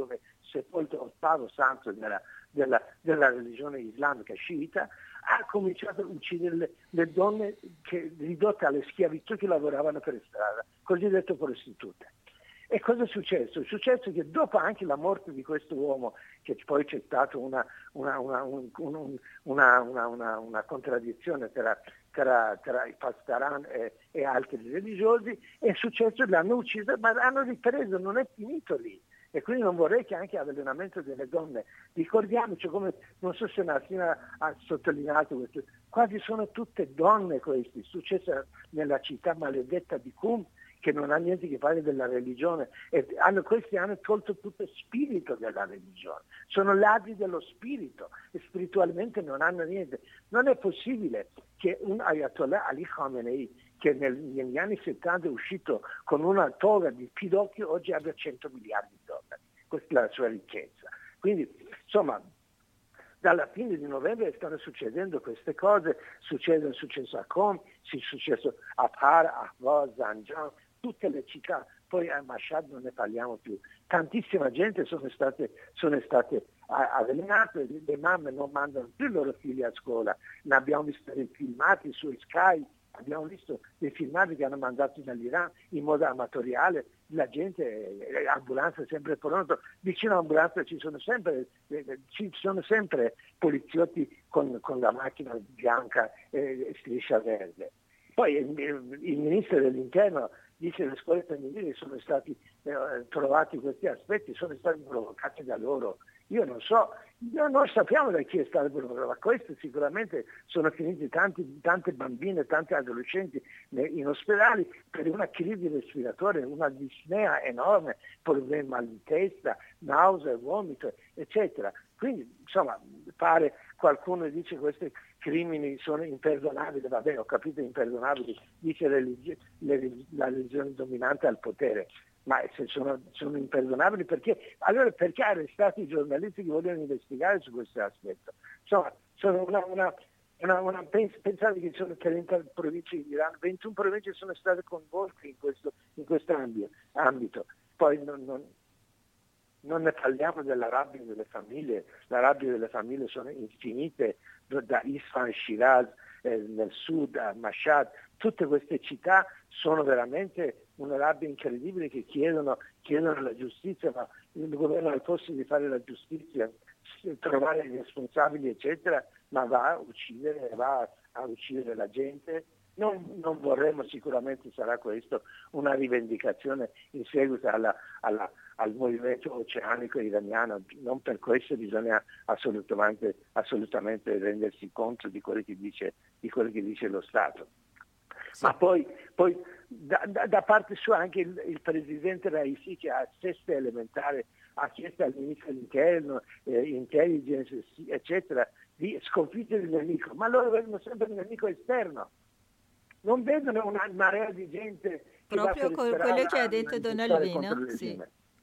sepolto ottavo santo della, della, della religione islamica sciita, ha cominciato a uccidere le, le donne che, ridotte alle schiavitù, che lavoravano per strada, cosiddette prostitute. E cosa è successo? È successo che dopo anche la morte di questo uomo, che poi c'è stata una, una, una, un, un, una, una, una, una contraddizione tra, tra, tra i pastaran e, e altri religiosi, è successo che l'hanno ucciso, ma l'hanno ripreso, non è finito lì. E quindi non vorrei che anche l'avvelenamento delle donne, ricordiamoci, come non so se Martina ha sottolineato questo, quasi sono tutte donne questi, successo nella città maledetta di Qum, che non ha niente a che fare della religione, e hanno, questi hanno tolto tutto il spirito della religione, sono ladri dello spirito e spiritualmente non hanno niente. Non è possibile che un Ayatollah Ali Khamenei, che nel, negli anni settanta è uscito con una toga di pidocchio, oggi abbia cento miliardi di dollari, questa è la sua ricchezza. Quindi insomma, dalla fine di novembre stanno succedendo queste cose, succede, è successo a Qom, è successo a Par, a Ahvaz, Zanjan, tutte le città, poi a Mashhad non ne parliamo più. Tantissima gente sono state, sono state avvelenate, le mamme non mandano più i loro figli a scuola, ne abbiamo visto dei filmati su Sky, abbiamo visto dei filmati che hanno mandato dall'Iran in modo amatoriale, la gente, l'ambulanza è sempre pronta, vicino all'ambulanza ci sono sempre, ci sono sempre poliziotti con, con la macchina bianca e striscia verde. Poi il, il ministro dell'interno dice che le scuole femminili sono stati eh, trovati questi aspetti, sono stati provocati da loro. Io non so, noi non sappiamo da chi è stato provocato, ma questo sicuramente sono finiti tanti, tante bambine, tanti adolescenti in ospedali per una crisi respiratoria, una disnea enorme, problemi mal di testa, nausea, vomito, eccetera. Quindi, insomma, pare qualcuno dice che questi crimini sono imperdonabili, vabbè, ho capito imperdonabili, dice le, le, la religione dominante al potere. Ma se sono, sono imperdonabili, perché allora perché arrestati i giornalisti che vogliono investigare su questo aspetto? Insomma, sono una, una, una, una pensate che sono trenta province in Iran, ventuno province sono state coinvolte in questo, in questo ambito. Poi non, non, non ne parliamo della rabbia delle famiglie, la rabbia delle famiglie sono infinite, da Isfahan, Shiraz, eh, nel sud, a Mashhad, tutte queste città sono veramente una rabbia incredibile, che chiedono, chiedono la giustizia, ma il governo al posto di fare la giustizia, trovare i responsabili eccetera, ma va a uccidere, va a uccidere la gente. Non, non vorremmo, sicuramente sarà questo una rivendicazione in seguito alla, alla, al movimento oceanico iraniano, non per questo bisogna assolutamente, assolutamente rendersi conto di quello che dice, di quello che dice lo Stato. Sì. Ma poi, poi da, da, da parte sua anche il, il presidente Raisi, che a sesta elementare ha chiesto al ministro dell'interno, eh, intelligence eccetera, di sconfiggere il nemico, ma loro vedono sempre il nemico esterno. Non vedono una marea di gente che proprio con quello che ha detto Don Alvino, sì.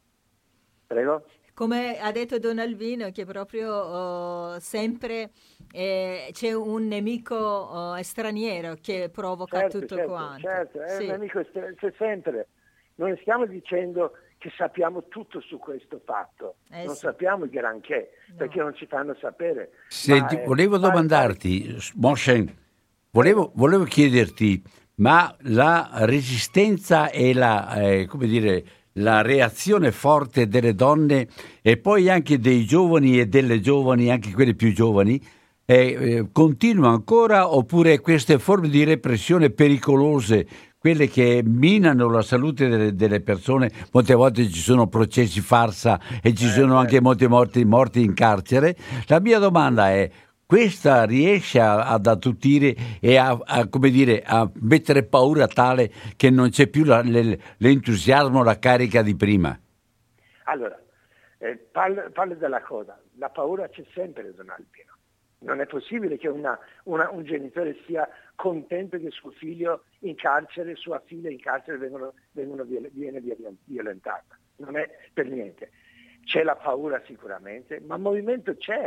Prego? Come ha detto Don Alvino, che proprio uh, sempre eh, c'è un nemico uh, straniero che provoca certo, tutto certo, quanto. Certo, è sì. un nemico straniero, c'è sempre. Non stiamo dicendo che sappiamo tutto su questo fatto, eh non sì. sappiamo il granché, no. perché non ci fanno sapere. Senti, ma, volevo eh, domandarti, fare... Moshen, volevo, volevo chiederti, ma la resistenza e la, eh, come dire, la reazione forte delle donne e poi anche dei giovani e delle giovani, anche quelle più giovani, eh, eh, continua ancora, oppure queste forme di repressione pericolose, quelle che minano la salute delle, delle persone, molte volte ci sono processi farsa e ci eh, sono eh. anche molti morti, morti in carcere. La mia domanda è: questa riesce a, ad attutire e a, a, come dire, a mettere paura tale che non c'è più la, le, l'entusiasmo, la carica di prima? Allora, eh, parlo, parlo della cosa, la paura c'è sempre, Don Alvino. Non è possibile che una, una, un genitore sia contento che suo figlio in carcere, sua figlia in carcere vengono, vengono, viene violentata. Non è per niente. C'è la paura sicuramente, ma il movimento c'è.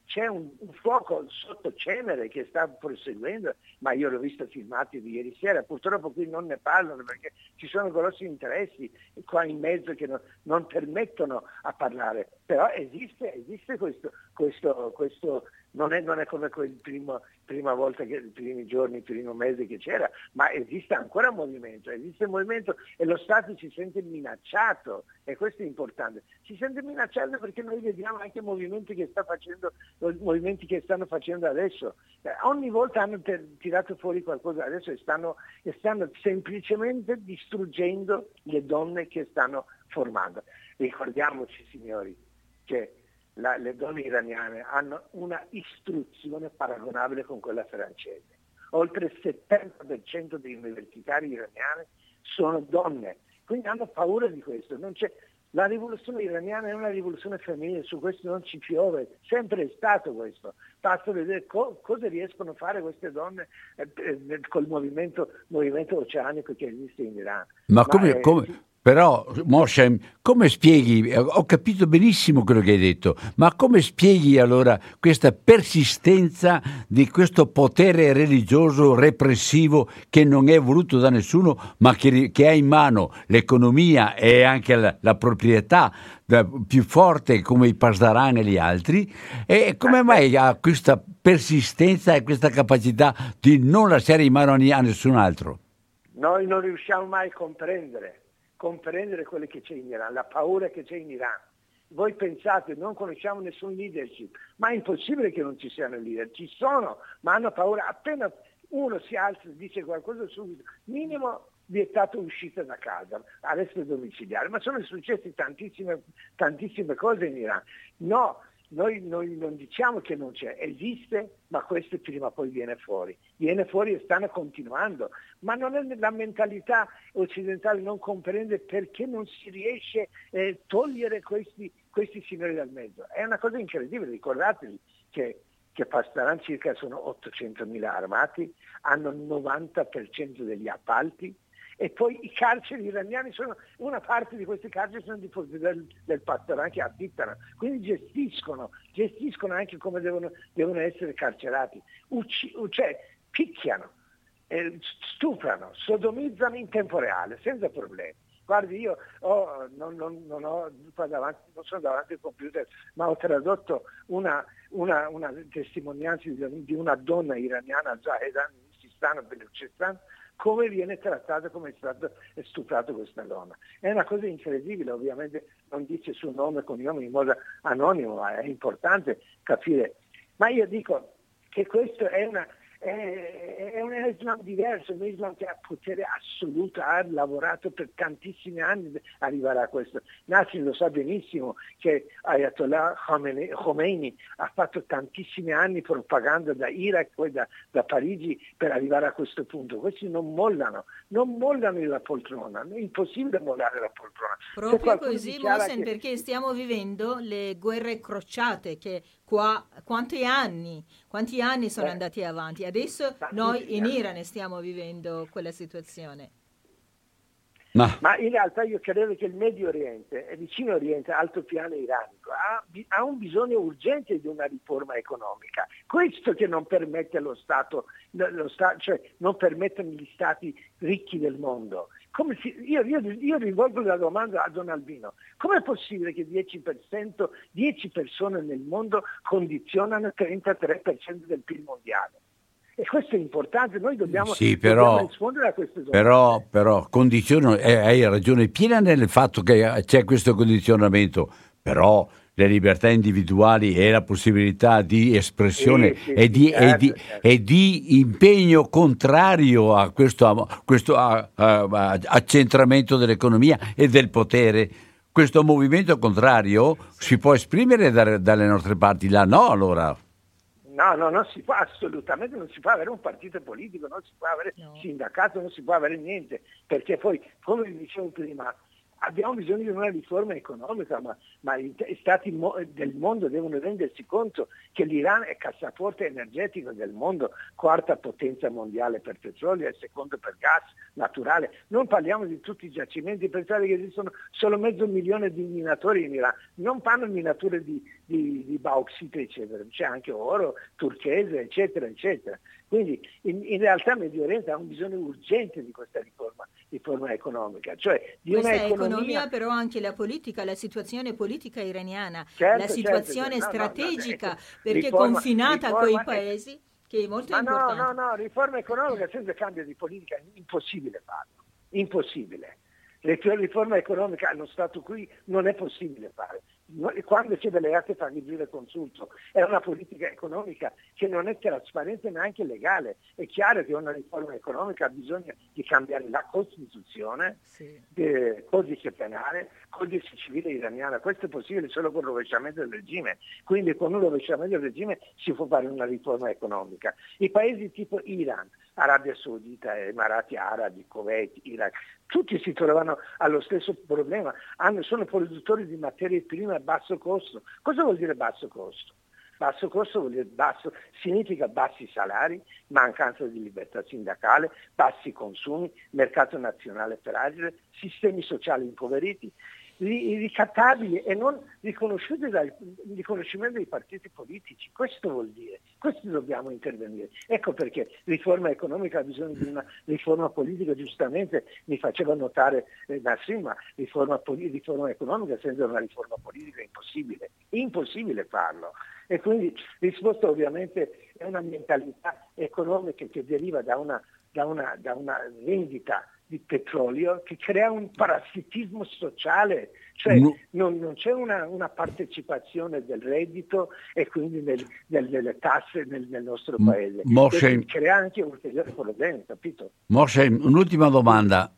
c'è un, un fuoco sotto cenere che sta proseguendo, ma io l'ho visto filmati di ieri sera, purtroppo qui non ne parlano perché ci sono grossi interessi qua in mezzo che non, non permettono a parlare, però esiste, esiste questo, questo, questo non è, non è come quel primo, prima volta, che, i primi giorni, il primo mese che c'era, ma esiste ancora un movimento, esiste un movimento e lo Stato si sente minacciato, e questo è importante, si sente minacciato perché noi vediamo anche movimenti che sta facendo, movimenti che stanno facendo adesso, eh, ogni volta hanno ter- tirato fuori qualcosa adesso e stanno, e stanno semplicemente distruggendo le donne che stanno formando. Ricordiamoci, signori, che La, le donne iraniane hanno una istruzione paragonabile con quella francese. Oltre il settanta per cento degli universitari iraniani sono donne, quindi hanno paura di questo. Non c'è, la rivoluzione iraniana è una rivoluzione femminile, su questo non ci piove, sempre è stato questo. Basta vedere co- cosa riescono a fare queste donne eh, eh, col movimento, movimento oceanico che esiste in Iran. Ma come... Ma, eh, come... Però, Moshe, come spieghi, ho capito benissimo quello che hai detto, ma come spieghi allora questa persistenza di questo potere religioso repressivo che non è voluto da nessuno, ma che, che ha in mano l'economia e anche la, la proprietà più forte come i Pasdaran e gli altri? E come mai ha questa persistenza e questa capacità di non lasciare in mano a nessun altro? Noi non riusciamo mai a comprendere. comprendere quello che c'è in Iran, la paura che c'è in Iran. Voi pensate, non conosciamo nessun leadership, ma è impossibile che non ci siano leader, ci sono, ma hanno paura, appena uno si alza e dice qualcosa subito, minimo vietato uscita da casa, arresto domiciliare, ma sono successe tantissime, tantissime cose in Iran. No, Noi, noi non diciamo che non c'è, esiste, ma questo prima o poi viene fuori. Viene fuori e stanno continuando. Ma non è la mentalità occidentale, non comprende perché non si riesce a eh, togliere questi, questi signori dal mezzo. È una cosa incredibile, ricordatevi che, che Pasdaran circa sono ottocentomila armati, hanno il novanta per cento degli appalti, e poi i carceri iraniani sono, una parte di questi carceri sono di del, del Pasdaran che affittano, quindi gestiscono, gestiscono anche come devono, devono essere carcerati, Ucci, cioè picchiano, eh, stuprano, sodomizzano in tempo reale, senza problemi. Guardi, io ho, non, non, non, ho, qua davanti, non sono davanti al computer, ma ho tradotto una, una, una testimonianza di, di una donna iraniana, Zahedan, in Sistano, Belucistan, come viene trattata, come è stato stuprato questa donna. È una cosa incredibile, ovviamente non dice il suo nome e cognome in modo anonimo, ma è importante capire. Ma io dico che questo è una... È, è un Islam diverso, un Islam che ha potere assoluto, ha lavorato per tantissimi anni per arrivare a questo. Nassim lo sa benissimo che Ayatollah Khomeini ha fatto tantissimi anni propaganda da Iraq, poi da, da Parigi per arrivare a questo punto. Questi non mollano, non mollano la poltrona, è impossibile mollare la poltrona. Proprio così, Mohsen, che... perché stiamo vivendo le guerre crociate che qua quanti anni, quanti anni sono eh. andati avanti. Adesso noi in Iran stiamo vivendo quella situazione. Ma... Ma in realtà io credo che il Medio Oriente, il vicino Oriente, altopiano iranico, ha, ha un bisogno urgente di una riforma economica. Questo che non permette lo Stato, lo Stato cioè non permettono gli Stati ricchi del mondo. Come si, io, io, io rivolgo la domanda a Don Albino: com'è possibile che dieci per cento, dieci persone nel mondo condizionano il trentatré per cento del P I L mondiale? E questo è importante, noi dobbiamo, sì, però, dobbiamo rispondere a queste domande. Però, però condiziono, eh, hai ragione piena nel fatto che c'è questo condizionamento, però le libertà individuali e la possibilità di espressione sì, sì, e, di, certo, e, di, certo. e di impegno contrario a questo, a questo a, a, a accentramento dell'economia e del potere. Questo movimento contrario si può esprimere da, dalle nostre parti? Là no, allora... No, no, non si può, assolutamente non si può avere un partito politico, non si può avere no. sindacato, non si può avere niente, perché poi, come vi dicevo prima, abbiamo bisogno di una riforma economica, ma, ma i stati mo- del mondo devono rendersi conto che l'Iran è cassaforte energetico del mondo, quarta potenza mondiale per petrolio e secondo per gas naturale. Non parliamo di tutti i giacimenti, pensate che esistono solo mezzo milione di minatori in Iran, non fanno minature di, di, di bauxite eccetera, c'è anche oro, turchese eccetera eccetera. Quindi in, in realtà Medio Oriente ha un bisogno urgente di questa riforma, riforma economica, cioè di questa una economia... economia, però anche la politica, la situazione politica iraniana, certo, la situazione certo, certo. strategica, No, no, no, ecco, perché riforma, confinata riforma, con i paesi, che è molto ma importante. no, no, no, riforma economica senza cambio di politica è impossibile farlo, impossibile. Le riforme economiche allo Stato qui non è possibile fare. Quando c'è delle altre famiglie consulto, è una politica economica che non è trasparente neanche legale. È chiaro che una riforma economica ha bisogno di cambiare la Costituzione, sì. eh, codice penale, codice civile iraniano. Questo è possibile solo con il rovesciamento del regime. Quindi con un rovesciamento del regime si può fare una riforma economica. I paesi tipo Iran, Arabia Saudita, Emirati Arabi, Kuwait, Iraq, tutti si trovano allo stesso problema, hanno, sono produttori di materie prime a basso costo. Cosa vuol dire basso costo? Basso costo vuol dire basso, significa bassi salari, mancanza di libertà sindacale, bassi consumi, mercato nazionale fragile, sistemi sociali impoveriti, ricattabili e non riconosciuti dal riconoscimento dei partiti politici. Questo vuol dire, questo dobbiamo intervenire. Ecco perché riforma economica ha bisogno di una riforma politica, giustamente mi faceva notare eh, Nassim, ma riforma, riforma economica senza una riforma politica è impossibile, impossibile farlo. E quindi risposta ovviamente è una mentalità economica che deriva da una, da una, da una vendita di petrolio che crea un parassitismo sociale, cioè no. non, non c'è una, una partecipazione del reddito e quindi nel, nel, nelle tasse nel, nel nostro paese. Moshe, crea anche ulteriori problemi, capito? Moshe, un'ultima domanda.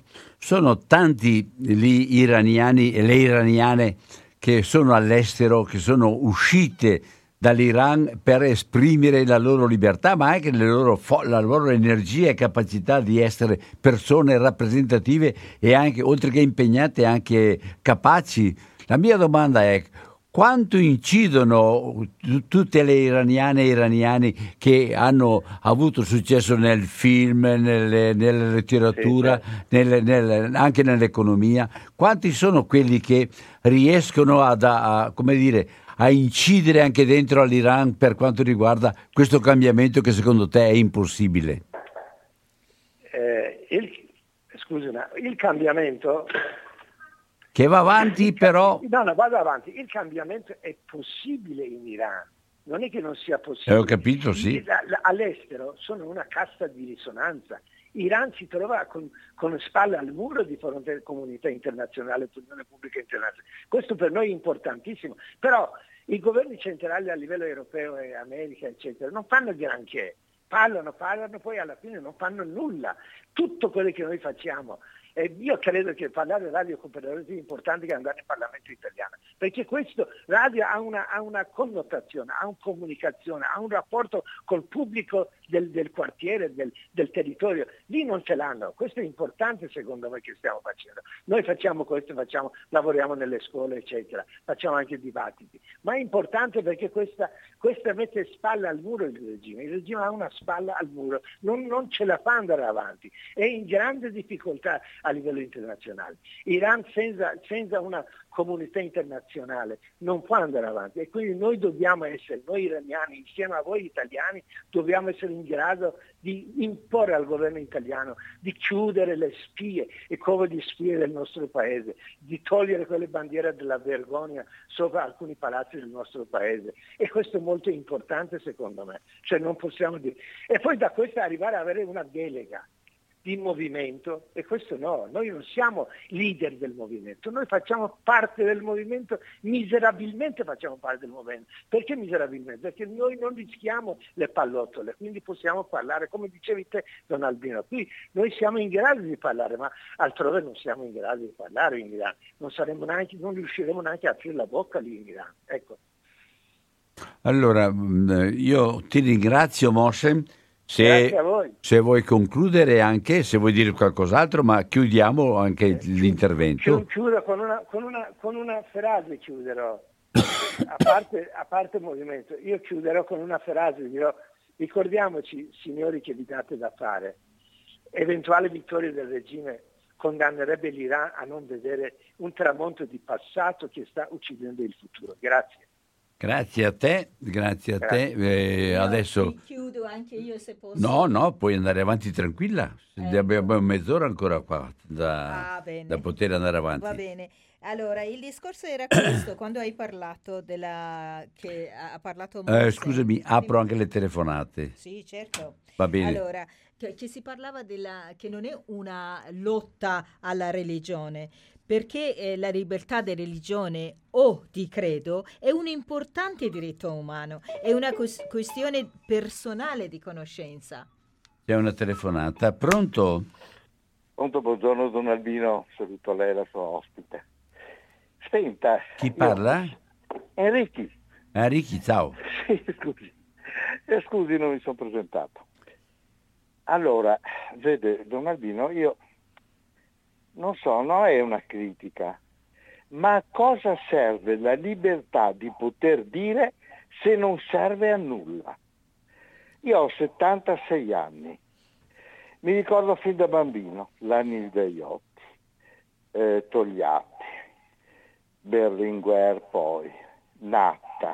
Sono tanti gli iraniani e le iraniane che sono all'estero, che sono uscite dall'Iran per esprimere la loro libertà, ma anche le loro fo- la loro energia e capacità di essere persone rappresentative e anche, oltre che impegnate, anche capaci. La mia domanda è: quanto incidono t- tutte le iraniane e iraniani che hanno avuto successo nel film, nelle, nella letteratura, sì, sì. Nelle, nelle, anche nell'economia? Quanti sono quelli che riescono ad, a, a, come dire, a incidere anche dentro all'Iran per quanto riguarda questo cambiamento che secondo te è impossibile? Eh, il, scusi, il cambiamento... Che va avanti però... No, no, vado avanti. Il cambiamento è possibile in Iran. Non è che non sia possibile. Eh, ho capito, sì. All'estero sono una cassa di risonanza. Iran si trova con, con spalle al muro di fronte alla comunità internazionale, all'opinione pubblica internazionale. Questo per noi è importantissimo. Però i governi centrali a livello europeo e America, eccetera, non fanno granché. Parlano, parlano, poi alla fine non fanno nulla. Tutto quello che noi facciamo. E io credo che parlare radio cooperativa è importante che andare in Parlamento italiano, perché questo radio ha una, ha una connotazione, ha una comunicazione, ha un rapporto col pubblico del, del quartiere, del, del territorio. Lì non ce l'hanno. Questo è importante secondo me che stiamo facendo. Noi facciamo questo, facciamo, lavoriamo nelle scuole, eccetera, facciamo anche dibattiti. Ma è importante perché questa, questa mette spalla al muro il regime. Il regime ha una spalla al muro, non, non ce la fa andare avanti. È in grande difficoltà a livello internazionale. Iran senza, senza una comunità internazionale non può andare avanti e quindi noi dobbiamo essere, noi iraniani insieme a voi italiani, dobbiamo essere in grado di imporre al governo italiano di chiudere le spie e cove di spie del nostro paese, di togliere quelle bandiere della vergogna sopra alcuni palazzi del nostro paese, e questo è molto importante secondo me, cioè non possiamo dire. E poi da questo arrivare ad avere una delega di movimento, e questo no, noi non siamo leader del movimento, noi facciamo parte del movimento, miserabilmente facciamo parte del movimento. Perché miserabilmente? Perché noi non rischiamo le pallottole, quindi possiamo parlare, come dicevi te Don Albino, qui noi siamo in grado di parlare, ma altrove non siamo in grado di parlare in Iran, non saremo neanche, non riusciremo neanche a aprire la bocca lì in Iran. Ecco. Allora, io ti ringrazio Moshe. Se, a voi. Se vuoi concludere anche, se vuoi dire qualcos'altro, ma chiudiamo anche Eh, l'intervento. Chiudo con una, con una, con una frase, chiuderò. A parte, a parte il movimento, io chiuderò con una frase, dirò, ricordiamoci, signori, che vi date da fare. Eventuale vittoria del regime condannerebbe l'Iran a non vedere un tramonto di passato che sta uccidendo il futuro. Grazie. Grazie a te, grazie a Grazie. te. Eh, No, adesso... chiudo anche io se posso. No, no, puoi andare avanti tranquilla. Ecco. Abbiamo mezz'ora ancora qua da, Ah, bene. da poter andare avanti. Va bene. Allora, il discorso era questo, quando hai parlato della... che ha parlato Eh, Mosè. scusami, apro anche le telefonate. Sì, certo. Va bene. Allora, che, che si parlava della... che non è una lotta alla religione, perché eh, la libertà di religione o di credo è un importante diritto umano, è una ques- questione personale di conoscenza. C'è una telefonata. Pronto? Pronto, buongiorno Don Albino, saluto lei, la sua ospite. Senta. Chi io- parla? Enrico. Enrico, ciao. Sì, scusi. Eh, scusi, non mi sono presentato. Allora, vede, Don Albino, io non so, non è una critica, ma a cosa serve la libertà di poter dire se non serve a nulla? Io ho settantasei anni, mi ricordo fin da bambino l'anni degli Otti, eh, Togliatti, Berlinguer poi, Natta,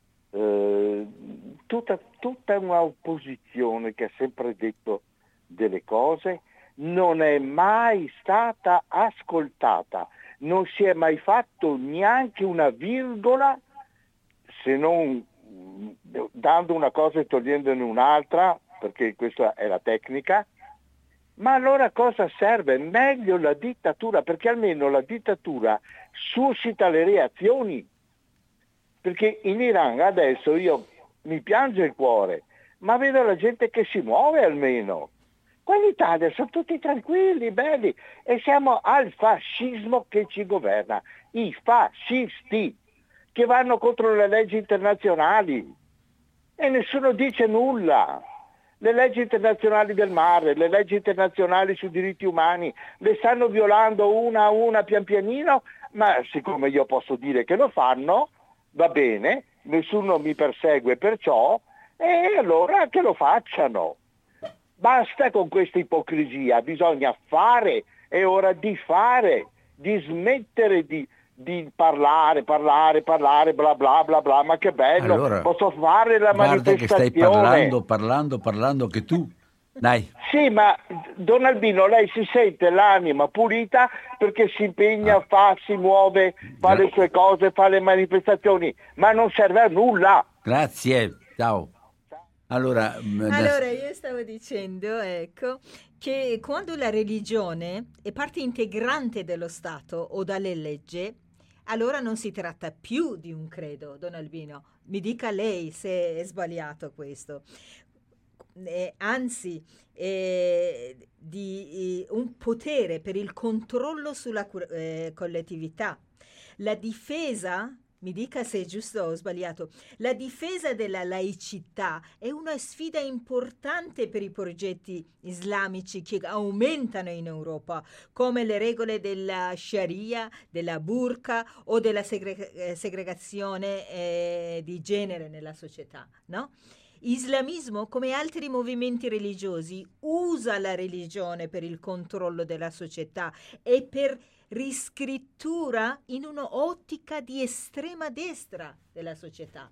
eh, tutta, tutta una opposizione che ha sempre detto delle cose, non è mai stata ascoltata, non si è mai fatto neanche una virgola, se non dando una cosa e togliendone un'altra, perché questa è la tecnica. Ma allora cosa serve? Meglio la dittatura, perché almeno la dittatura suscita le reazioni. Perché in Iran adesso io mi piange il cuore, ma vedo la gente che si muove almeno. Qua in Italia sono tutti tranquilli, belli, e siamo al fascismo che ci governa. I fascisti che vanno contro le leggi internazionali e nessuno dice nulla. Le leggi internazionali del mare, le leggi internazionali sui diritti umani, le stanno violando una a una pian pianino, ma siccome io posso dire che lo fanno, va bene, nessuno mi persegue perciò, e allora che lo facciano. Basta con questa ipocrisia, bisogna fare, è ora di fare, di smettere di, di parlare, parlare, parlare, bla bla bla bla, ma che bello, Allora, posso fare la guarda che stai manifestazione. parlando, parlando, parlando che tu... Dai. Sì, ma Don Albino, lei si sente l'anima pulita perché si impegna, Ah. fa, si muove, fa Gra- le sue cose, fa le manifestazioni, ma non serve a nulla. Grazie, ciao. Allora, mh, Allora, io stavo dicendo, ecco, che quando la religione è parte integrante dello Stato o dalle leggi, allora non si tratta più di un credo, Don Albino. Mi dica lei se è sbagliato questo. Eh, anzi, eh, di eh, un potere per il controllo sulla cu- eh, collettività. La difesa, mi dica se è giusto o sbagliato, la difesa della laicità è una sfida importante per i progetti islamici che aumentano in Europa, come le regole della Sharia, della burqa o della segre- eh, segregazione eh, di genere nella società, no? Islamismo, come altri movimenti religiosi, usa la religione per il controllo della società e per riscrittura in un'ottica di estrema destra della società.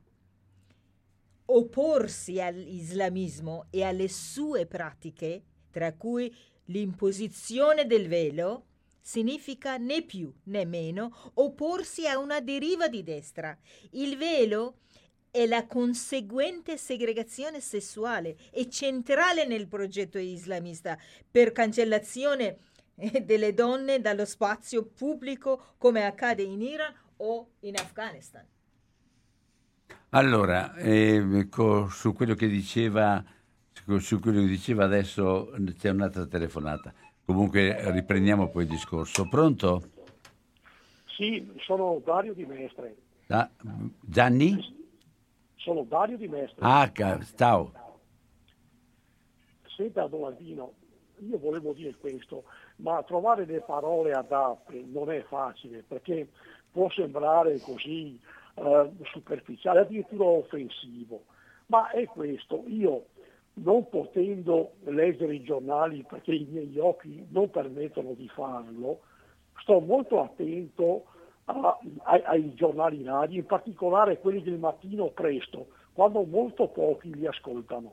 Opporsi all'islamismo e alle sue pratiche, tra cui l'imposizione del velo, significa né più né meno opporsi a una deriva di destra. Il velo e la conseguente segregazione sessuale è centrale nel progetto islamista per cancellazione eh, delle donne dallo spazio pubblico, come accade in Iran o in Afghanistan. allora eh, co- su quello che diceva, su su quello che diceva adesso c'è un'altra telefonata. Comunque riprendiamo poi il discorso. Pronto? Sì, sono Dario di Mestre. Ah, Gianni? Sono Dario di Mestre. Ah, ca- ciao. Senta Don Albino, io volevo dire questo, ma trovare le parole adatte non è facile, perché può sembrare così eh, superficiale, addirittura offensivo, ma è questo. Io, non potendo leggere i giornali perché i miei occhi non permettono di farlo, sto molto attento a, ai, ai giornali radio, in particolare quelli del mattino presto, quando molto pochi li ascoltano.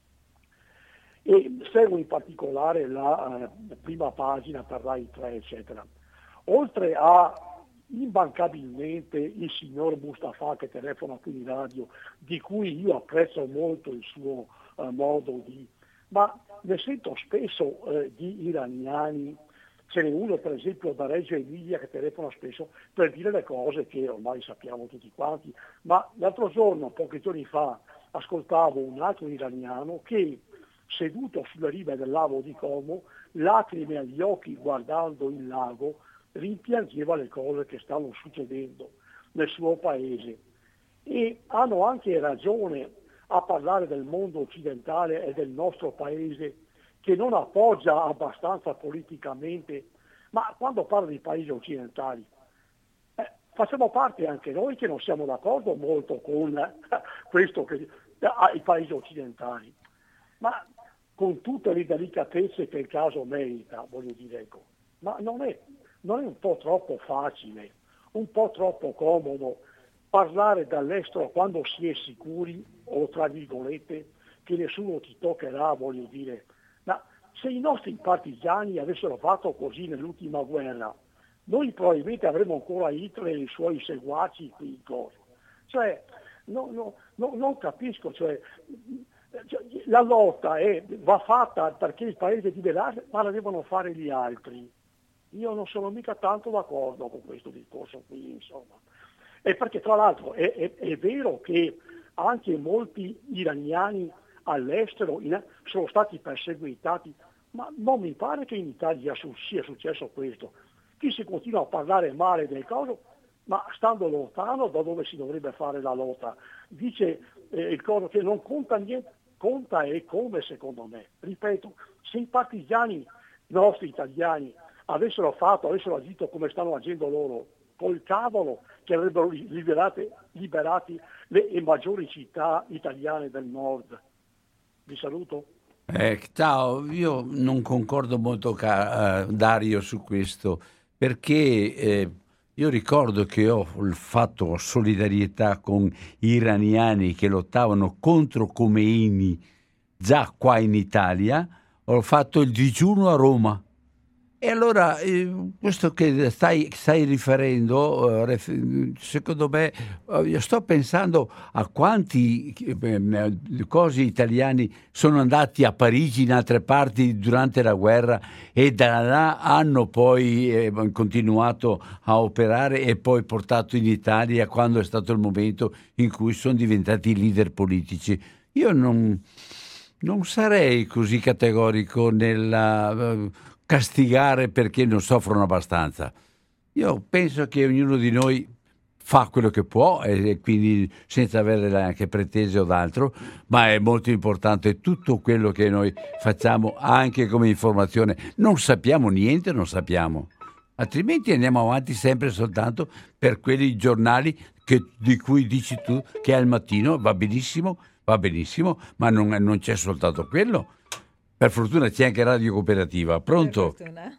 E seguo in particolare la eh, prima pagina per Rai tre, eccetera. Oltre a immancabilmente il signor Mustafa che telefona qui in radio, di cui io apprezzo molto il suo eh, modo di... ma ne sento spesso eh, di iraniani, ce n'è uno per esempio da Reggio Emilia che telefona spesso per dire le cose che ormai sappiamo tutti quanti, ma l'altro giorno, pochi giorni fa, ascoltavo un altro iraniano che, seduto sulle rive del lago di Como, lacrime agli occhi guardando il lago, rimpiangeva le cose che stanno succedendo nel suo paese. E hanno anche ragione a parlare del mondo occidentale e del nostro paese che non appoggia abbastanza politicamente, ma quando parlo di paesi occidentali, eh, facciamo parte anche noi che non siamo d'accordo molto con eh, questo che eh, i paesi occidentali, ma con tutte le delicatezze che il caso merita, voglio dire, ecco. Ma non è, non è un po' troppo facile, un po' troppo comodo parlare dall'estero quando si è sicuri, o tra virgolette, che nessuno ti toccherà, voglio dire. Ma se i nostri partigiani avessero fatto così nell'ultima guerra, noi probabilmente avremmo ancora Hitler e i suoi seguaci qui in corso. Cioè, no, no, no, non capisco, cioè, la lotta è, va fatta perché il paese liberasse, ma la devono fare gli altri. Io non sono mica tanto d'accordo con questo discorso qui, insomma. E perché tra l'altro è, è, è vero che anche molti iraniani all'estero in, sono stati perseguitati, ma non mi pare che in Italia sia successo questo. Qui si continua a parlare male del coso, ma stando lontano da dove si dovrebbe fare la lotta. Dice eh, il coso che non conta niente, conta e come secondo me. Ripeto, se i partigiani nostri italiani avessero fatto, avessero agito come stanno agendo loro, col cavolo che avrebbero liberate, liberati le, le maggiori città italiane del nord. Vi saluto. Eh, ciao, io non concordo molto, ca- eh, Dario, su questo, perché eh, io ricordo che ho fatto solidarietà con gli iraniani che lottavano contro Khomeini già qua in Italia, ho fatto il digiuno a Roma. E allora, eh, questo che stai, stai riferendo, eh, secondo me, eh, io sto pensando a quanti eh, cosi italiani sono andati a Parigi in altre parti durante la guerra e da là hanno poi eh, continuato a operare e poi portato in Italia quando è stato il momento in cui sono diventati leader politici. Io non, non sarei così categorico nella... Uh, castigare perché non soffrono abbastanza. Io penso che ognuno di noi fa quello che può e quindi senza avere anche pretese o d'altro, ma è molto importante tutto quello che noi facciamo anche come informazione. Non sappiamo niente, non sappiamo. Altrimenti andiamo avanti sempre soltanto per quei giornali che, di cui dici tu che al mattino va benissimo, va benissimo, ma non, non c'è soltanto quello. Per fortuna c'è anche Radio Cooperativa. Pronto?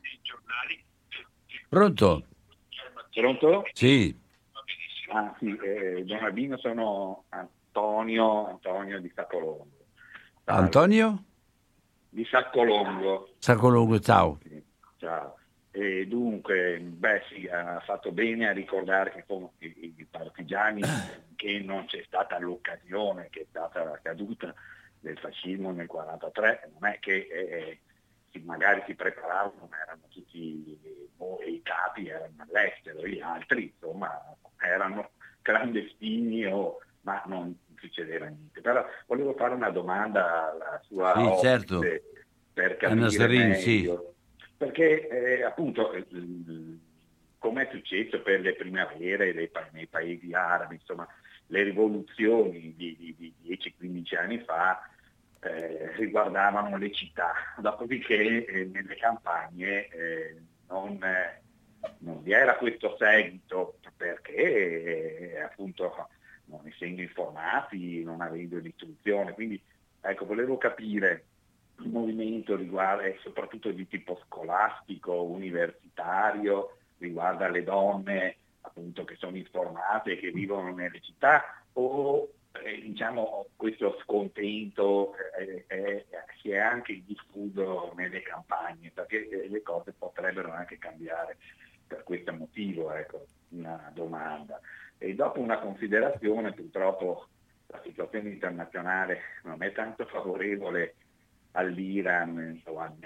Pronto? Pronto? Sì. Ah sì, eh, Don Albino, sono Antonio, Antonio di Saccolongo. Ciao. Antonio? Di Saccolongo. Saccolongo, ciao. Sì, ciao. E dunque, beh sì, ha fatto bene a ricordare che sono i, i partigiani, che non c'è stata l'occasione, che è stata la caduta del fascismo nel quarantatré, non è che eh, magari si preparavano, ma erano tutti boh, i capi erano all'estero, gli altri insomma erano clandestini, o, ma non succedeva niente. Però volevo fare una domanda alla sua sì, ospite, certo. Per capire Nazarin, meglio, sì. Perché eh, appunto eh, come è successo per le primavere dei, nei paesi arabi, insomma le rivoluzioni di, di, di dieci quindici anni fa, eh, riguardavano le città, dopodiché eh, nelle campagne eh, non, eh, non vi era questo seguito perché eh, appunto non essendo informati, non avendo l'istruzione, quindi ecco, volevo capire il movimento riguarda soprattutto di tipo scolastico, universitario, riguarda le donne appunto che sono informate e che vivono nelle città, o eh, diciamo questo scontento eh, eh, si è anche diffuso nelle campagne, perché eh, le cose potrebbero anche cambiare per questo motivo, ecco, una domanda. E dopo una considerazione, purtroppo la situazione internazionale non è tanto favorevole all'Iran o al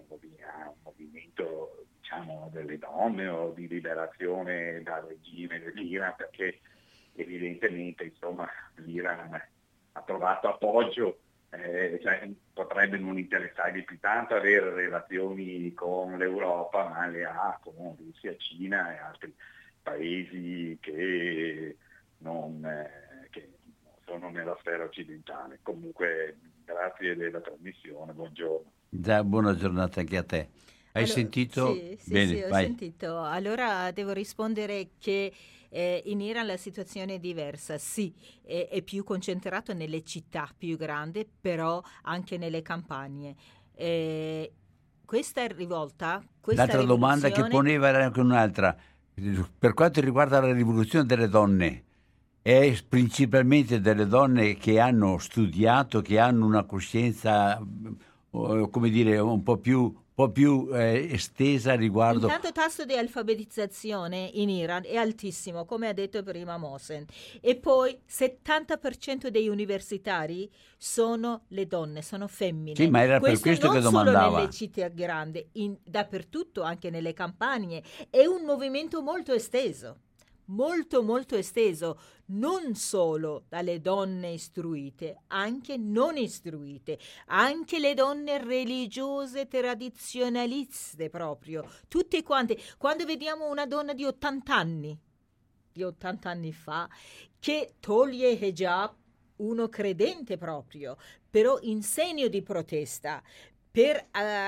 un movimento diciamo delle donne o di liberazione dal regime dell'Iran, perché evidentemente insomma l'Iran ha trovato appoggio, eh, cioè, potrebbe non interessargli più tanto avere relazioni con l'Europa, ma le ha con Russia, Cina e altri paesi che non eh, che sono nella sfera occidentale. Comunque grazie della trasmissione, buongiorno. Da, buona giornata anche a te. Hai allora, sentito? Sì, sì, Bene, sì, ho vai. sentito. Allora devo rispondere che eh, in Iran la situazione è diversa. Sì, è, è più concentrato nelle città più grandi, però anche nelle campagne. Eh, questa rivolta, questa L'altra domanda che poneva era anche un'altra. Per quanto riguarda la rivoluzione delle donne, è principalmente delle donne che hanno studiato, che hanno una coscienza, come dire, un po' più, un po' più eh, estesa riguardo. Intanto il tasso di alfabetizzazione in Iran è altissimo, come ha detto prima Mohsen, e poi settanta per cento dei universitari sono le donne, sono femmine. Sì, ma era questo per questo non che solo domandava. nelle città grandi, in, dappertutto, anche nelle campagne. È un movimento molto esteso. Molto molto esteso, non solo dalle donne istruite, anche non istruite, anche le donne religiose tradizionaliste proprio, tutte quante. Quando vediamo una donna di ottanta anni, di ottanta anni fa, che toglie hijab, uno credente proprio, però in segno di protesta, per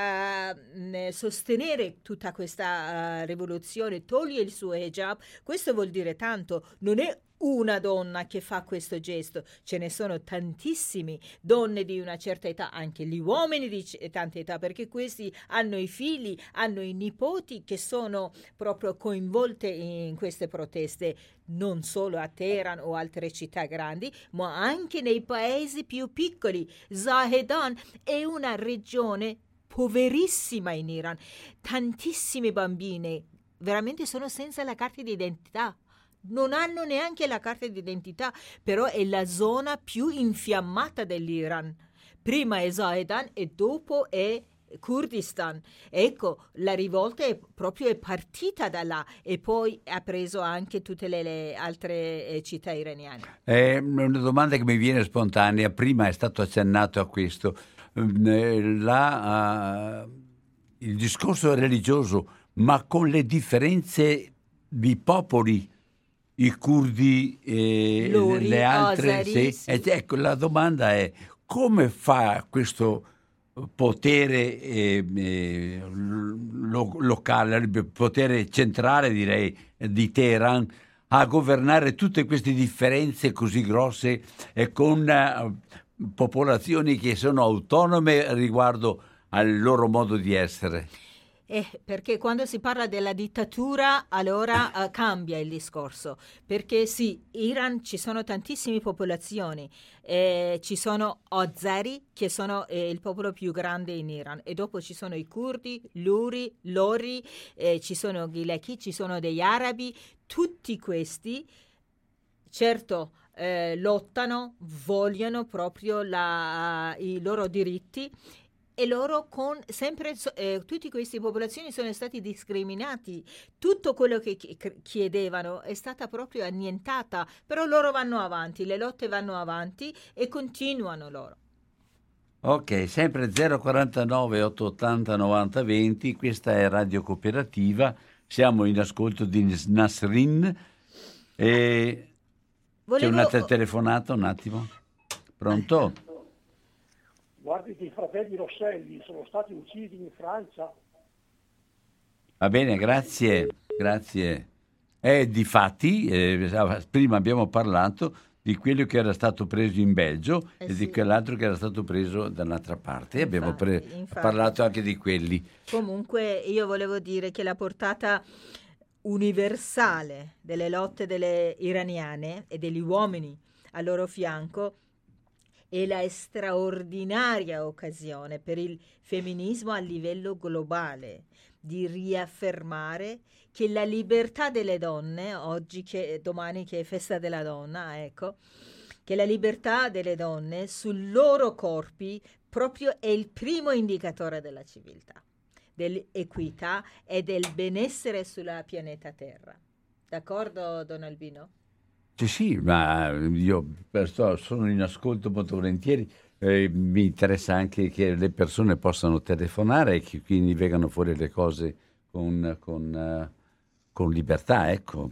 uh, sostenere tutta questa uh, rivoluzione, toglie il suo hijab, questo vuol dire tanto. Non è una donna che fa questo gesto, ce ne sono tantissime donne di una certa età, anche gli uomini di c- tanta età, perché questi hanno i figli, hanno i nipoti che sono proprio coinvolte in queste proteste, non solo a Teheran o altre città grandi, ma anche nei paesi più piccoli. Zahedan è una regione poverissima in Iran, tantissime bambine veramente sono senza la carta d'identità. Non hanno neanche la carta d'identità, però è la zona più infiammata dell'Iran. Prima è Zahedan e dopo è Kurdistan. Ecco, la rivolta è proprio è partita da là e poi ha preso anche tutte le, le altre eh, città iraniane. È una domanda che mi viene spontanea. Prima è stato accennato a questo. La, uh, il discorso religioso, ma con le differenze di popoli, i curdi e Luri, le altre. Azeri, sì. sì. E, ecco, la domanda è: come fa questo potere eh, eh, lo, locale, il potere centrale, direi, di Teheran, a governare tutte queste differenze così grosse e con uh, popolazioni che sono autonome riguardo al loro modo di essere? Eh, perché quando si parla della dittatura allora uh, cambia il discorso, perché sì, in Iran ci sono tantissime popolazioni, eh, ci sono Azeri che sono eh, il popolo più grande in Iran e dopo ci sono i curdi, l'uri, l'ori, eh, ci sono gli Lechi, ci sono degli arabi, tutti questi certo eh, lottano, vogliono proprio la, i loro diritti. E loro con sempre eh, tutte queste popolazioni sono stati discriminati, tutto quello che chiedevano è stata proprio annientata, però loro vanno avanti, le lotte vanno avanti e continuano loro. Ok, sempre zero quarantanove ottocentottanta novanta venti, questa è Radio Cooperativa, siamo in ascolto di Nasrin e Volevo... c'è un'altra telefonata, un attimo, pronto? Guardi che i fratelli Rosselli sono stati uccisi in Francia. Va bene, grazie, grazie. E difatti, eh, prima abbiamo parlato di quello che era stato preso in Belgio Eh e sì. di quell'altro che era stato preso da un'altra parte. E abbiamo Infatti, pre- infatti. parlato anche di quelli. Comunque io volevo dire che la portata universale delle lotte delle iraniane e degli uomini al loro fianco è la straordinaria occasione per il femminismo a livello globale di riaffermare che la libertà delle donne, oggi che domani che è festa della donna, ecco, che la libertà delle donne sui loro corpi proprio è il primo indicatore della civiltà, dell'equità e del benessere sulla pianeta Terra. D'accordo, Don Albino? Sì, sì, ma io sto- sono in ascolto molto volentieri. Eh, mi interessa anche che le persone possano telefonare e che quindi vengano fuori le cose con, con, eh, con libertà, ecco,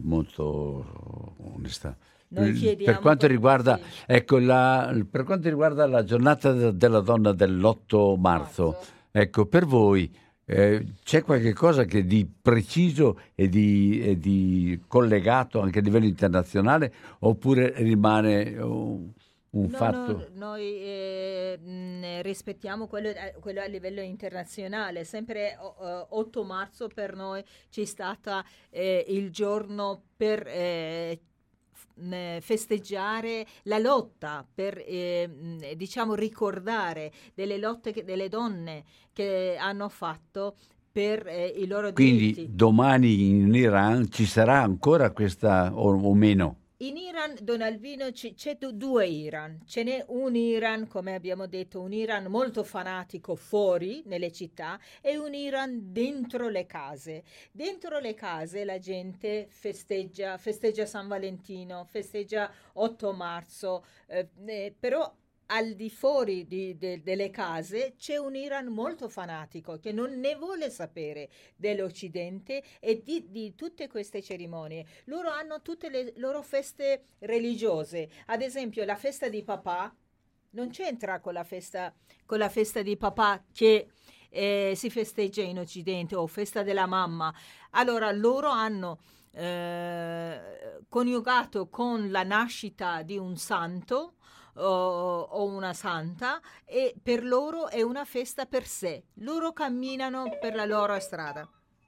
molto onesta. Noi Il- chiediamo Per quanto que- riguarda, sì. ecco, la, per quanto riguarda la giornata de- della donna dell'otto marzo, Marzo. ecco, per voi eh, c'è qualche cosa che di preciso e di, e di collegato anche a livello internazionale oppure rimane un, un No, fatto? no, noi eh, mh, rispettiamo quello, eh, quello a livello internazionale. Sempre o- eh, otto marzo per noi c'è stata eh, il giorno per eh, f- mh, festeggiare la lotta, per eh, mh, diciamo ricordare delle lotte che, delle donne che hanno fatto per eh, i loro Quindi diritti. domani in Iran ci sarà ancora questa o, o meno? In Iran, Don Albino, ci- c'è du- due Iran. Ce n'è un Iran, come abbiamo detto, un Iran molto fanatico fuori, nelle città, e un Iran dentro le case. Dentro le case la gente festeggia, festeggia San Valentino, festeggia otto marzo, eh, eh, però al di fuori di- de- delle case c'è un Iran molto fanatico che non ne vuole sapere dell'Occidente e di, di tutte queste cerimonie. Loro hanno tutte le loro feste religiose, ad esempio la festa di papà non c'entra con la festa, con la festa di papà che eh, si festeggia in Occidente o festa della mamma. Allora loro hanno eh, coniugato con la nascita di un santo o, o una santa e per loro è una festa per sé. Loro camminano per la loro strada.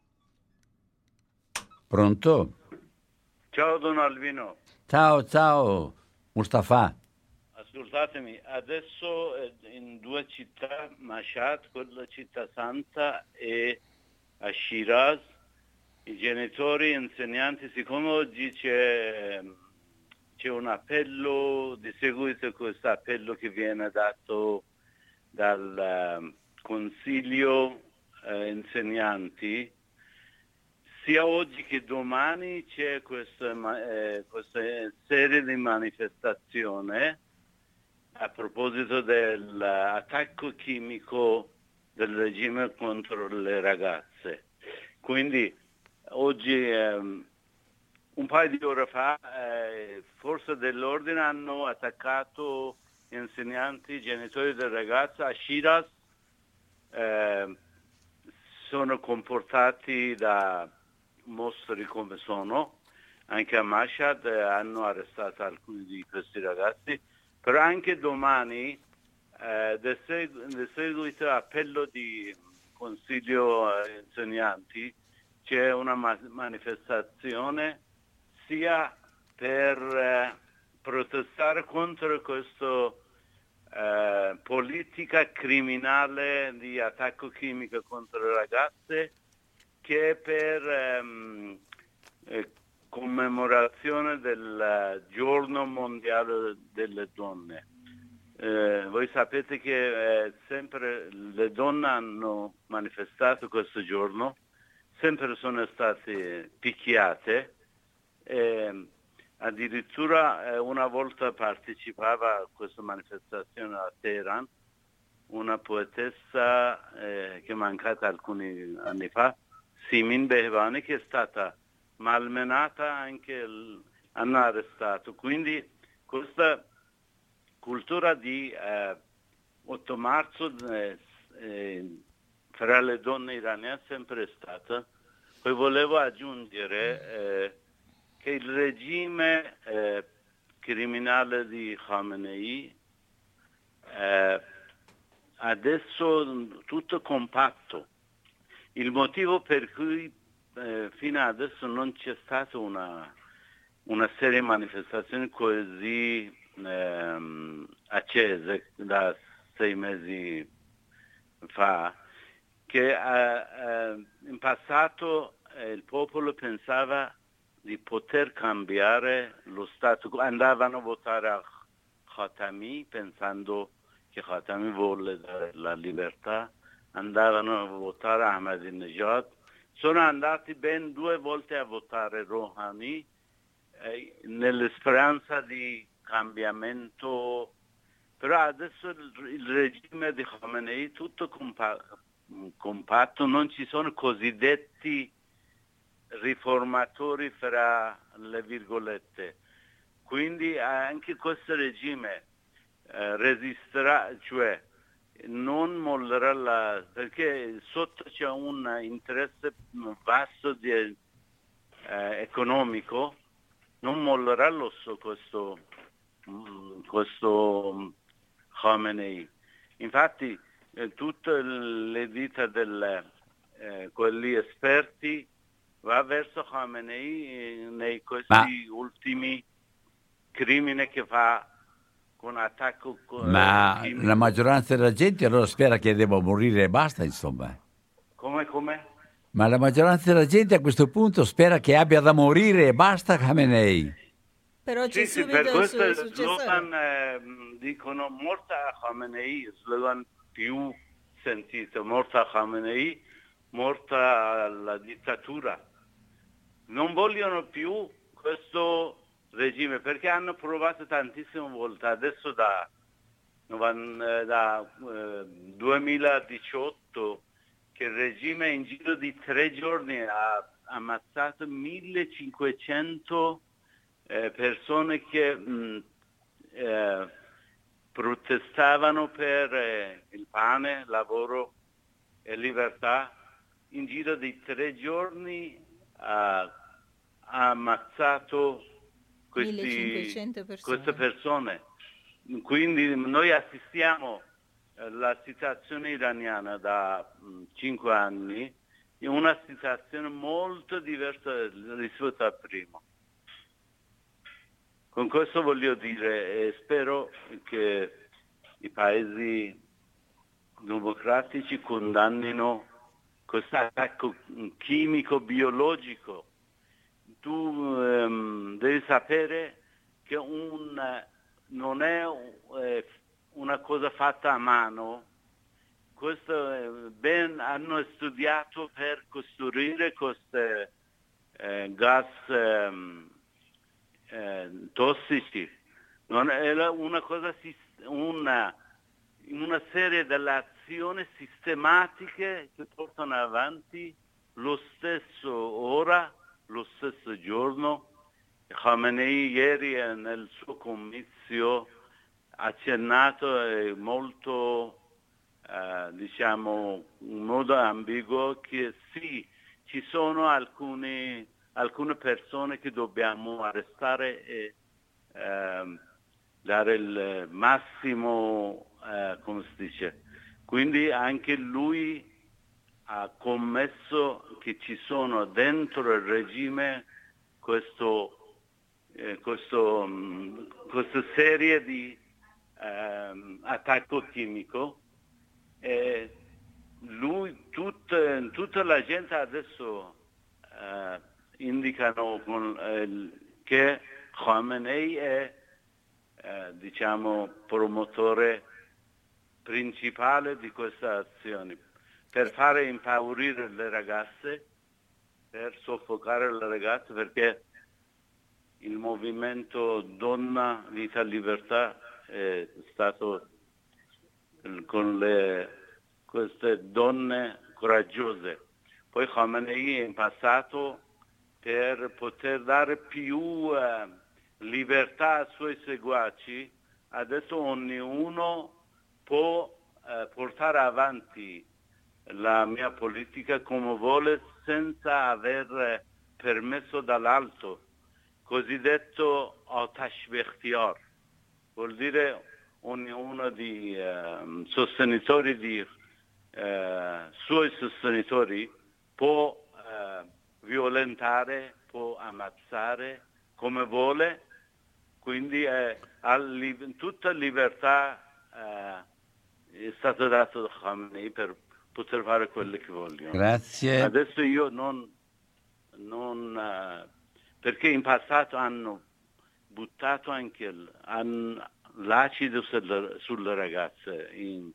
Pronto? Ciao Don Albino, Ciao, ciao, Mustafa. ascoltatemi, adesso eh, in due città, Mashhad, quella città santa, e a Shiraz, i genitori e insegnanti, siccome oggi c'è, c'è un appello, di seguito a questo appello che viene dato dal eh, Consiglio eh, insegnanti, sia oggi che domani c'è questa, ma- eh, questa serie di manifestazioni a proposito dell'attacco chimico del regime contro le ragazze. Quindi oggi, ehm, un paio di ore fa, eh, forze dell'ordine hanno attaccato insegnanti, genitori delle ragazze a Shiraz, eh, sono comportati da mostri come sono, anche a Mashhad eh, hanno arrestato alcuni di questi ragazzi, però anche domani, eh, del segu- del seguito appello di Consiglio eh, insegnanti, c'è una ma- manifestazione sia per eh, protestare contro questa eh, politica criminale di attacco chimico contro le ragazze, che per ehm, eh, commemorazione del eh, giorno mondiale delle donne. Eh, voi sapete che eh, sempre le donne hanno manifestato questo giorno, sempre sono state picchiate, eh, addirittura eh, una volta partecipava a questa manifestazione a Teheran una poetessa eh, che è mancata alcuni anni fa, Simin Behbahani, che è stata malmenata, anche l- hanno arrestato. Quindi questa cultura di eh, otto marzo eh, eh, fra le donne iraniane è sempre stata. Poi volevo aggiungere eh, che il regime eh, criminale di Khamenei eh, adesso tutto compatto. Il motivo per cui eh, fino adesso non c'è stata una, una serie di manifestazioni così ehm, accese da sei mesi fa, che eh, eh, in passato eh, il popolo pensava di poter cambiare lo Stato, andavano a votare a Khatami pensando che Khatami vuole dare la libertà, andavano a votare Ahmadinejad, sono andati ben due volte a votare Rouhani eh, nella speranza di cambiamento, però adesso il, il regime di Khamenei è tutto compa- compatto, non ci sono cosiddetti riformatori fra le virgolette, quindi anche questo regime eh, resisterà, cioè non mollerà la, perché sotto c'è un interesse vasto di, eh, economico, non mollerà l'osso questo, questo Khamenei. Infatti eh, tutte le dita del eh, quelli esperti va verso Khamenei nei questi Ma... ultimi crimini che fa con attacco ma eh, la maggioranza della gente allora spera che debba morire e basta, insomma. Come, come? Ma la maggioranza della gente a questo punto spera che abbia da morire e basta Khamenei. Però c'è Sì, sì, subito per il questo suo il successore. slogan eh, dicono morta a Khamenei, il slogan più sentito, morta a Khamenei, morta alla dittatura. Non vogliono più questo regime perché hanno provato tantissime volte, adesso da, da eh, duemiladiciotto che il regime in giro di tre giorni ha ammazzato millecinquecento eh, persone che mh, eh, protestavano per eh, il pane, lavoro e libertà. In giro di tre giorni ha, ha ammazzato questi, millecinquecento persone. queste persone. Quindi noi assistiamo alla situazione iraniana da mh, cinque anni in una situazione molto diversa rispetto a prima. Con questo voglio dire e spero che i paesi democratici condannino questo attacco chimico, biologico. Tu um, devi sapere che un, non è eh, una cosa fatta a mano. Questo eh, ben hanno studiato per costruire questi eh, gas eh, eh, tossici. Non è una cosa, una, una serie delle azioni sistematiche che portano avanti lo stesso ora, lo stesso giorno. Khamenei ieri nel suo comizio ha accennato eh, molto eh, diciamo in modo ambiguo che sì, ci sono alcuni, alcune persone che dobbiamo arrestare e eh, dare il massimo eh, come si dice. Quindi anche lui ha commesso che ci sono dentro il regime questo Eh, questo, mh, questa serie di ehm, attacco chimico e lui, tutta, tutta la gente adesso eh, indicano con, eh, che Khamenei è eh, diciamo promotore principale di queste azioni per fare impaurire le ragazze, per soffocare le ragazze, perché il movimento Donna, Vita, Libertà è stato con le, queste donne coraggiose. Poi Khamenei in passato, per poter dare più eh, libertà ai suoi seguaci, ha detto ognuno può eh, portare avanti la mia politica come vuole senza aver permesso dall'alto, cosiddetto Atash Bechtiar, vuol dire ognuno di eh, sostenitori di eh, suoi sostenitori può eh, violentare, può ammazzare come vuole, quindi eh, li- tutta libertà eh, è stata data da Khamenei per poter fare quello che vogliono. Grazie. Adesso io non, non uh, perché in passato hanno buttato anche il, han, l'acido sulle, sulle ragazze in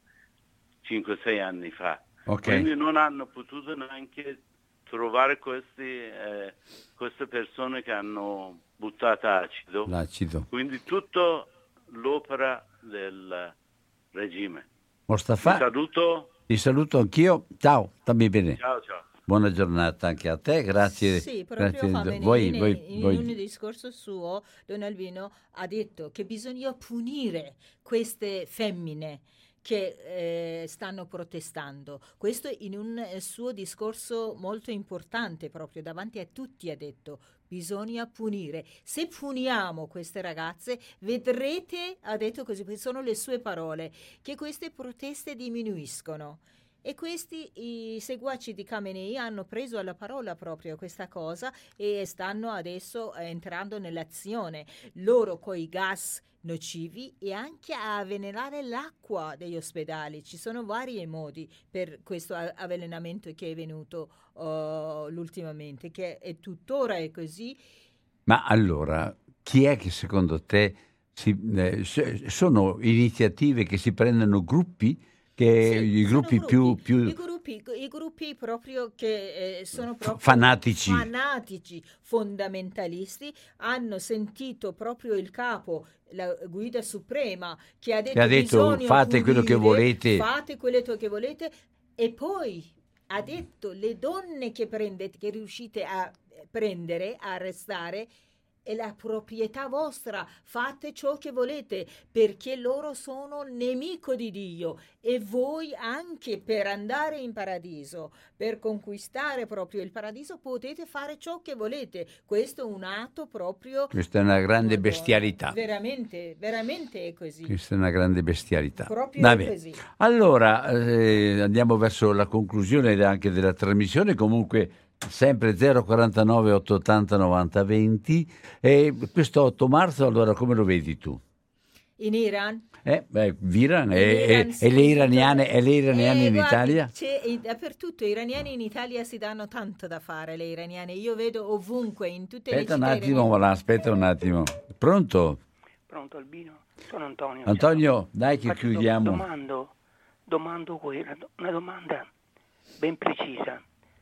cinque sei anni fa. Okay. Quindi non hanno potuto neanche trovare questi, eh, queste persone che hanno buttato acido. L'acido. Quindi tutto l'opera del regime. Mostafa, Ti saluto. Ti saluto anch'io. Ciao, stammi bene. Ciao, ciao. Buona giornata anche a te, grazie. Sì, proprio grazie. Khamenei, Voi, in, voi, in voi... un discorso suo, Don Albino ha detto che bisogna punire queste femmine che eh, stanno protestando. Questo in un eh, suo discorso molto importante, proprio davanti a tutti ha detto: bisogna punire. Se puniamo queste ragazze, vedrete, ha detto così, sono le sue parole, che queste proteste diminuiscono. E questi, i seguaci di Khamenei, hanno preso alla parola proprio questa cosa e stanno adesso entrando nell'azione. Loro coi gas nocivi e anche a avvelenare l'acqua degli ospedali. Ci sono vari modi per questo avvelenamento che è venuto uh, l'ultimamente, che è tuttora è così. Ma allora, chi è che secondo te si, eh, sono iniziative che si prendono gruppi? Che Sì, i gruppi, gruppi più, più... I, gruppi, i gruppi proprio che eh, sono proprio fanatici. fanatici, fondamentalisti, hanno sentito proprio il capo, la guida suprema, che ha detto, che ha detto fate punire, quello che volete. Fate quello che volete, e poi ha detto le donne che prendete, che riuscite a prendere, a arrestare, è la proprietà vostra, fate ciò che volete, perché loro sono nemico di Dio, e voi anche per andare in paradiso, per conquistare proprio il paradiso, potete fare ciò che volete. Questo è un atto proprio... Questa è una grande Madonna, bestialità. Veramente, veramente è così. Questa è una grande bestialità. Proprio Va è bene. così. Allora, eh, andiamo verso la conclusione anche della trasmissione, comunque... sempre zero quarantanove ottocentottanta novanta venti. E questo otto marzo allora come lo vedi tu? In Iran? Eh, beh, Iran, e, Iran, e, sì, e le iraniane, e le iraniane eh, in guardi, Italia? C'è, dappertutto i iraniani in Italia si danno tanto da fare, le iraniane, io vedo ovunque in tutte Aspetta le un città attimo, iraniane. voilà, aspetta un attimo. Pronto? Pronto Albino? Sono Antonio. Antonio, ciao. dai che Faccio chiudiamo. Do, domando, domando quella, una domanda ben precisa.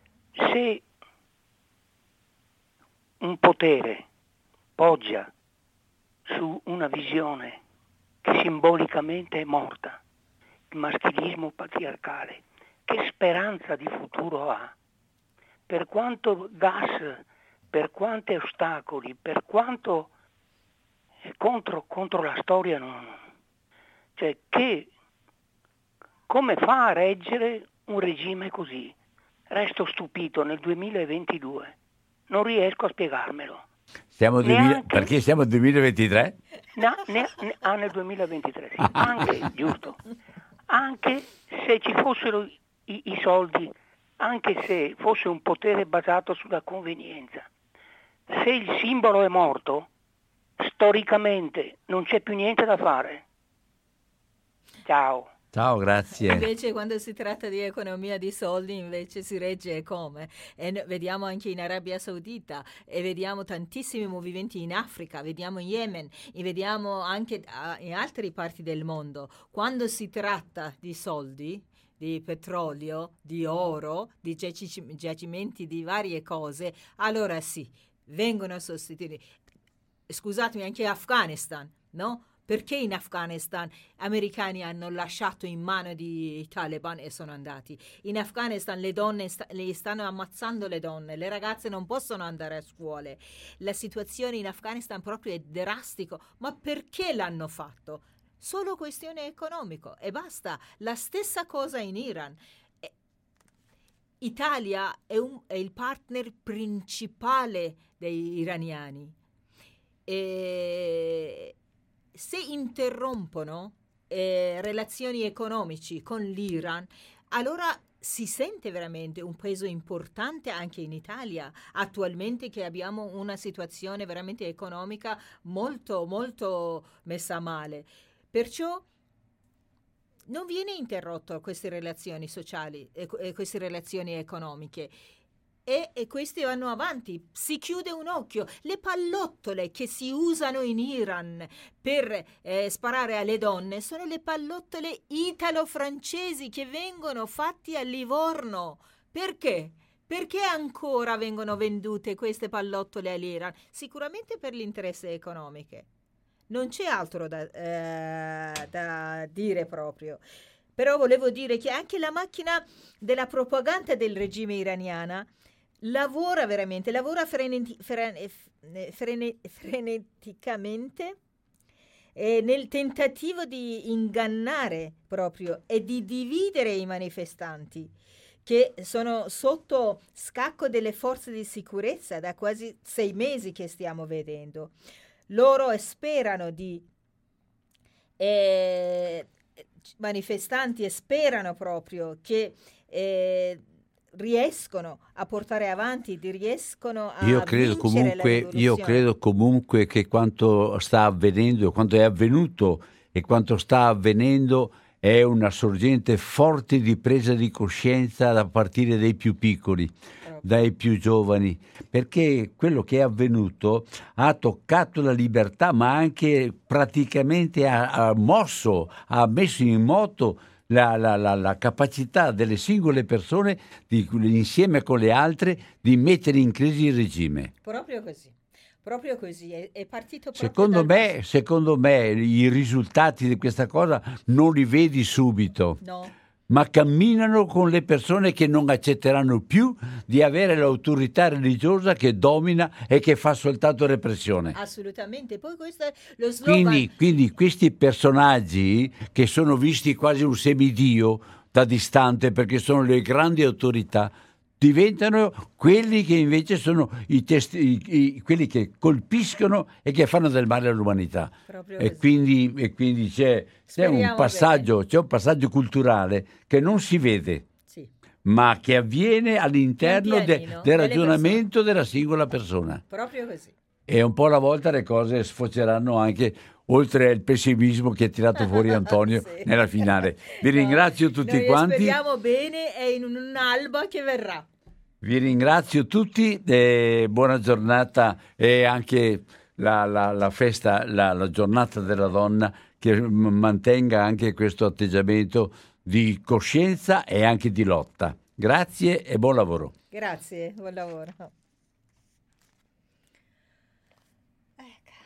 Se un potere poggia su una visione che simbolicamente è morta, il maschilismo patriarcale, che speranza di futuro ha? Per quanto gas, per quanti ostacoli, per quanto contro, contro la storia, non, cioè che, come fa a reggere un regime così? Resto stupito nel duemilaventidue. Non riesco a spiegarmelo. Siamo duemila, Neanche, perché siamo nel duemilaventitré? No, ne, ne, ah, nel duemilaventitré, sì. Anche, giusto, anche se ci fossero i, i soldi, anche se fosse un potere basato sulla convenienza, se il simbolo è morto, storicamente non c'è più niente da fare. Ciao. Ciao, grazie. Invece quando si tratta di economia di soldi invece si regge come? E no, vediamo anche in Arabia Saudita, e vediamo tantissimi movimenti in Africa, vediamo in Yemen, e vediamo anche uh, in altre parti del mondo. Quando si tratta di soldi, di petrolio, di oro, di giac- giacimenti di varie cose, allora sì, vengono sostituiti. Scusatemi, anche Afghanistan, no? Perché in Afghanistan gli americani hanno lasciato in mano di Taliban e sono andati? In Afghanistan le donne sta- le stanno ammazzando, le donne, le ragazze non possono andare a scuole. La situazione in Afghanistan proprio è drastico. Ma perché l'hanno fatto? solo questione economica e basta. La stessa cosa in Iran. Eh, Italia è, un, è il partner principale degli iraniani. E se interrompono eh, relazioni economiche con l'Iran, allora si sente veramente un peso importante anche in Italia, attualmente che abbiamo una situazione veramente economica molto, molto messa male. Perciò non viene interrotto queste relazioni sociali e eh, queste relazioni economiche. E, e queste vanno avanti, si chiude un occhio. Le pallottole che si usano in Iran per eh, sparare alle donne sono le pallottole italo-francesi che vengono fatti a Livorno. Perché? Perché ancora vengono vendute queste pallottole all'Iran? Sicuramente per l'interesse economico. Non c'è altro da, eh, da dire proprio. Però volevo dire che anche la macchina della propaganda del regime iraniana lavora veramente, lavora freneti, frene, frene, freneticamente eh, nel tentativo di ingannare proprio e di dividere i manifestanti che sono sotto scacco delle forze di sicurezza da quasi sei mesi che stiamo vedendo. Loro sperano di eh, manifestanti sperano proprio che eh, riescono a portare avanti, riescono a io credo comunque, io credo comunque che quanto sta avvenendo, quanto è avvenuto e quanto sta avvenendo è una sorgente forte di presa di coscienza da partire dai più piccoli, proprio. Dai più giovani, perché quello che è avvenuto ha toccato la libertà, ma anche praticamente ha, ha mosso, ha messo in moto La, la, la, la capacità delle singole persone di, insieme con le altre di mettere in crisi il regime. Proprio così, proprio così, è, è partito proprio secondo dal... me, secondo me i risultati di questa cosa non li vedi subito. No. Ma camminano con le persone che non accetteranno più di avere l'autorità religiosa che domina e che fa soltanto repressione. Assolutamente. Poi questo è lo slogan. Quindi, quindi questi personaggi che sono visti quasi un semidio da distante perché sono le grandi autorità, diventano quelli che invece sono i testi, i, i, quelli che colpiscono e che fanno del male all'umanità. E quindi, e quindi c'è, c'è, un passaggio, c'è un passaggio culturale che non si vede, sì. ma che avviene all'interno Piani, de, no? del ragionamento della singola persona. Proprio così. E un po' alla volta le cose sfoceranno anche oltre al pessimismo che ha tirato fuori Antonio sì. nella finale. Vi no, ringrazio tutti quanti. Speriamo bene e in un'alba che verrà. Vi ringrazio tutti, e buona giornata e anche la, la, la festa, la, la giornata della donna che mantenga anche questo atteggiamento di coscienza e anche di lotta. Grazie e buon lavoro. Grazie, buon lavoro.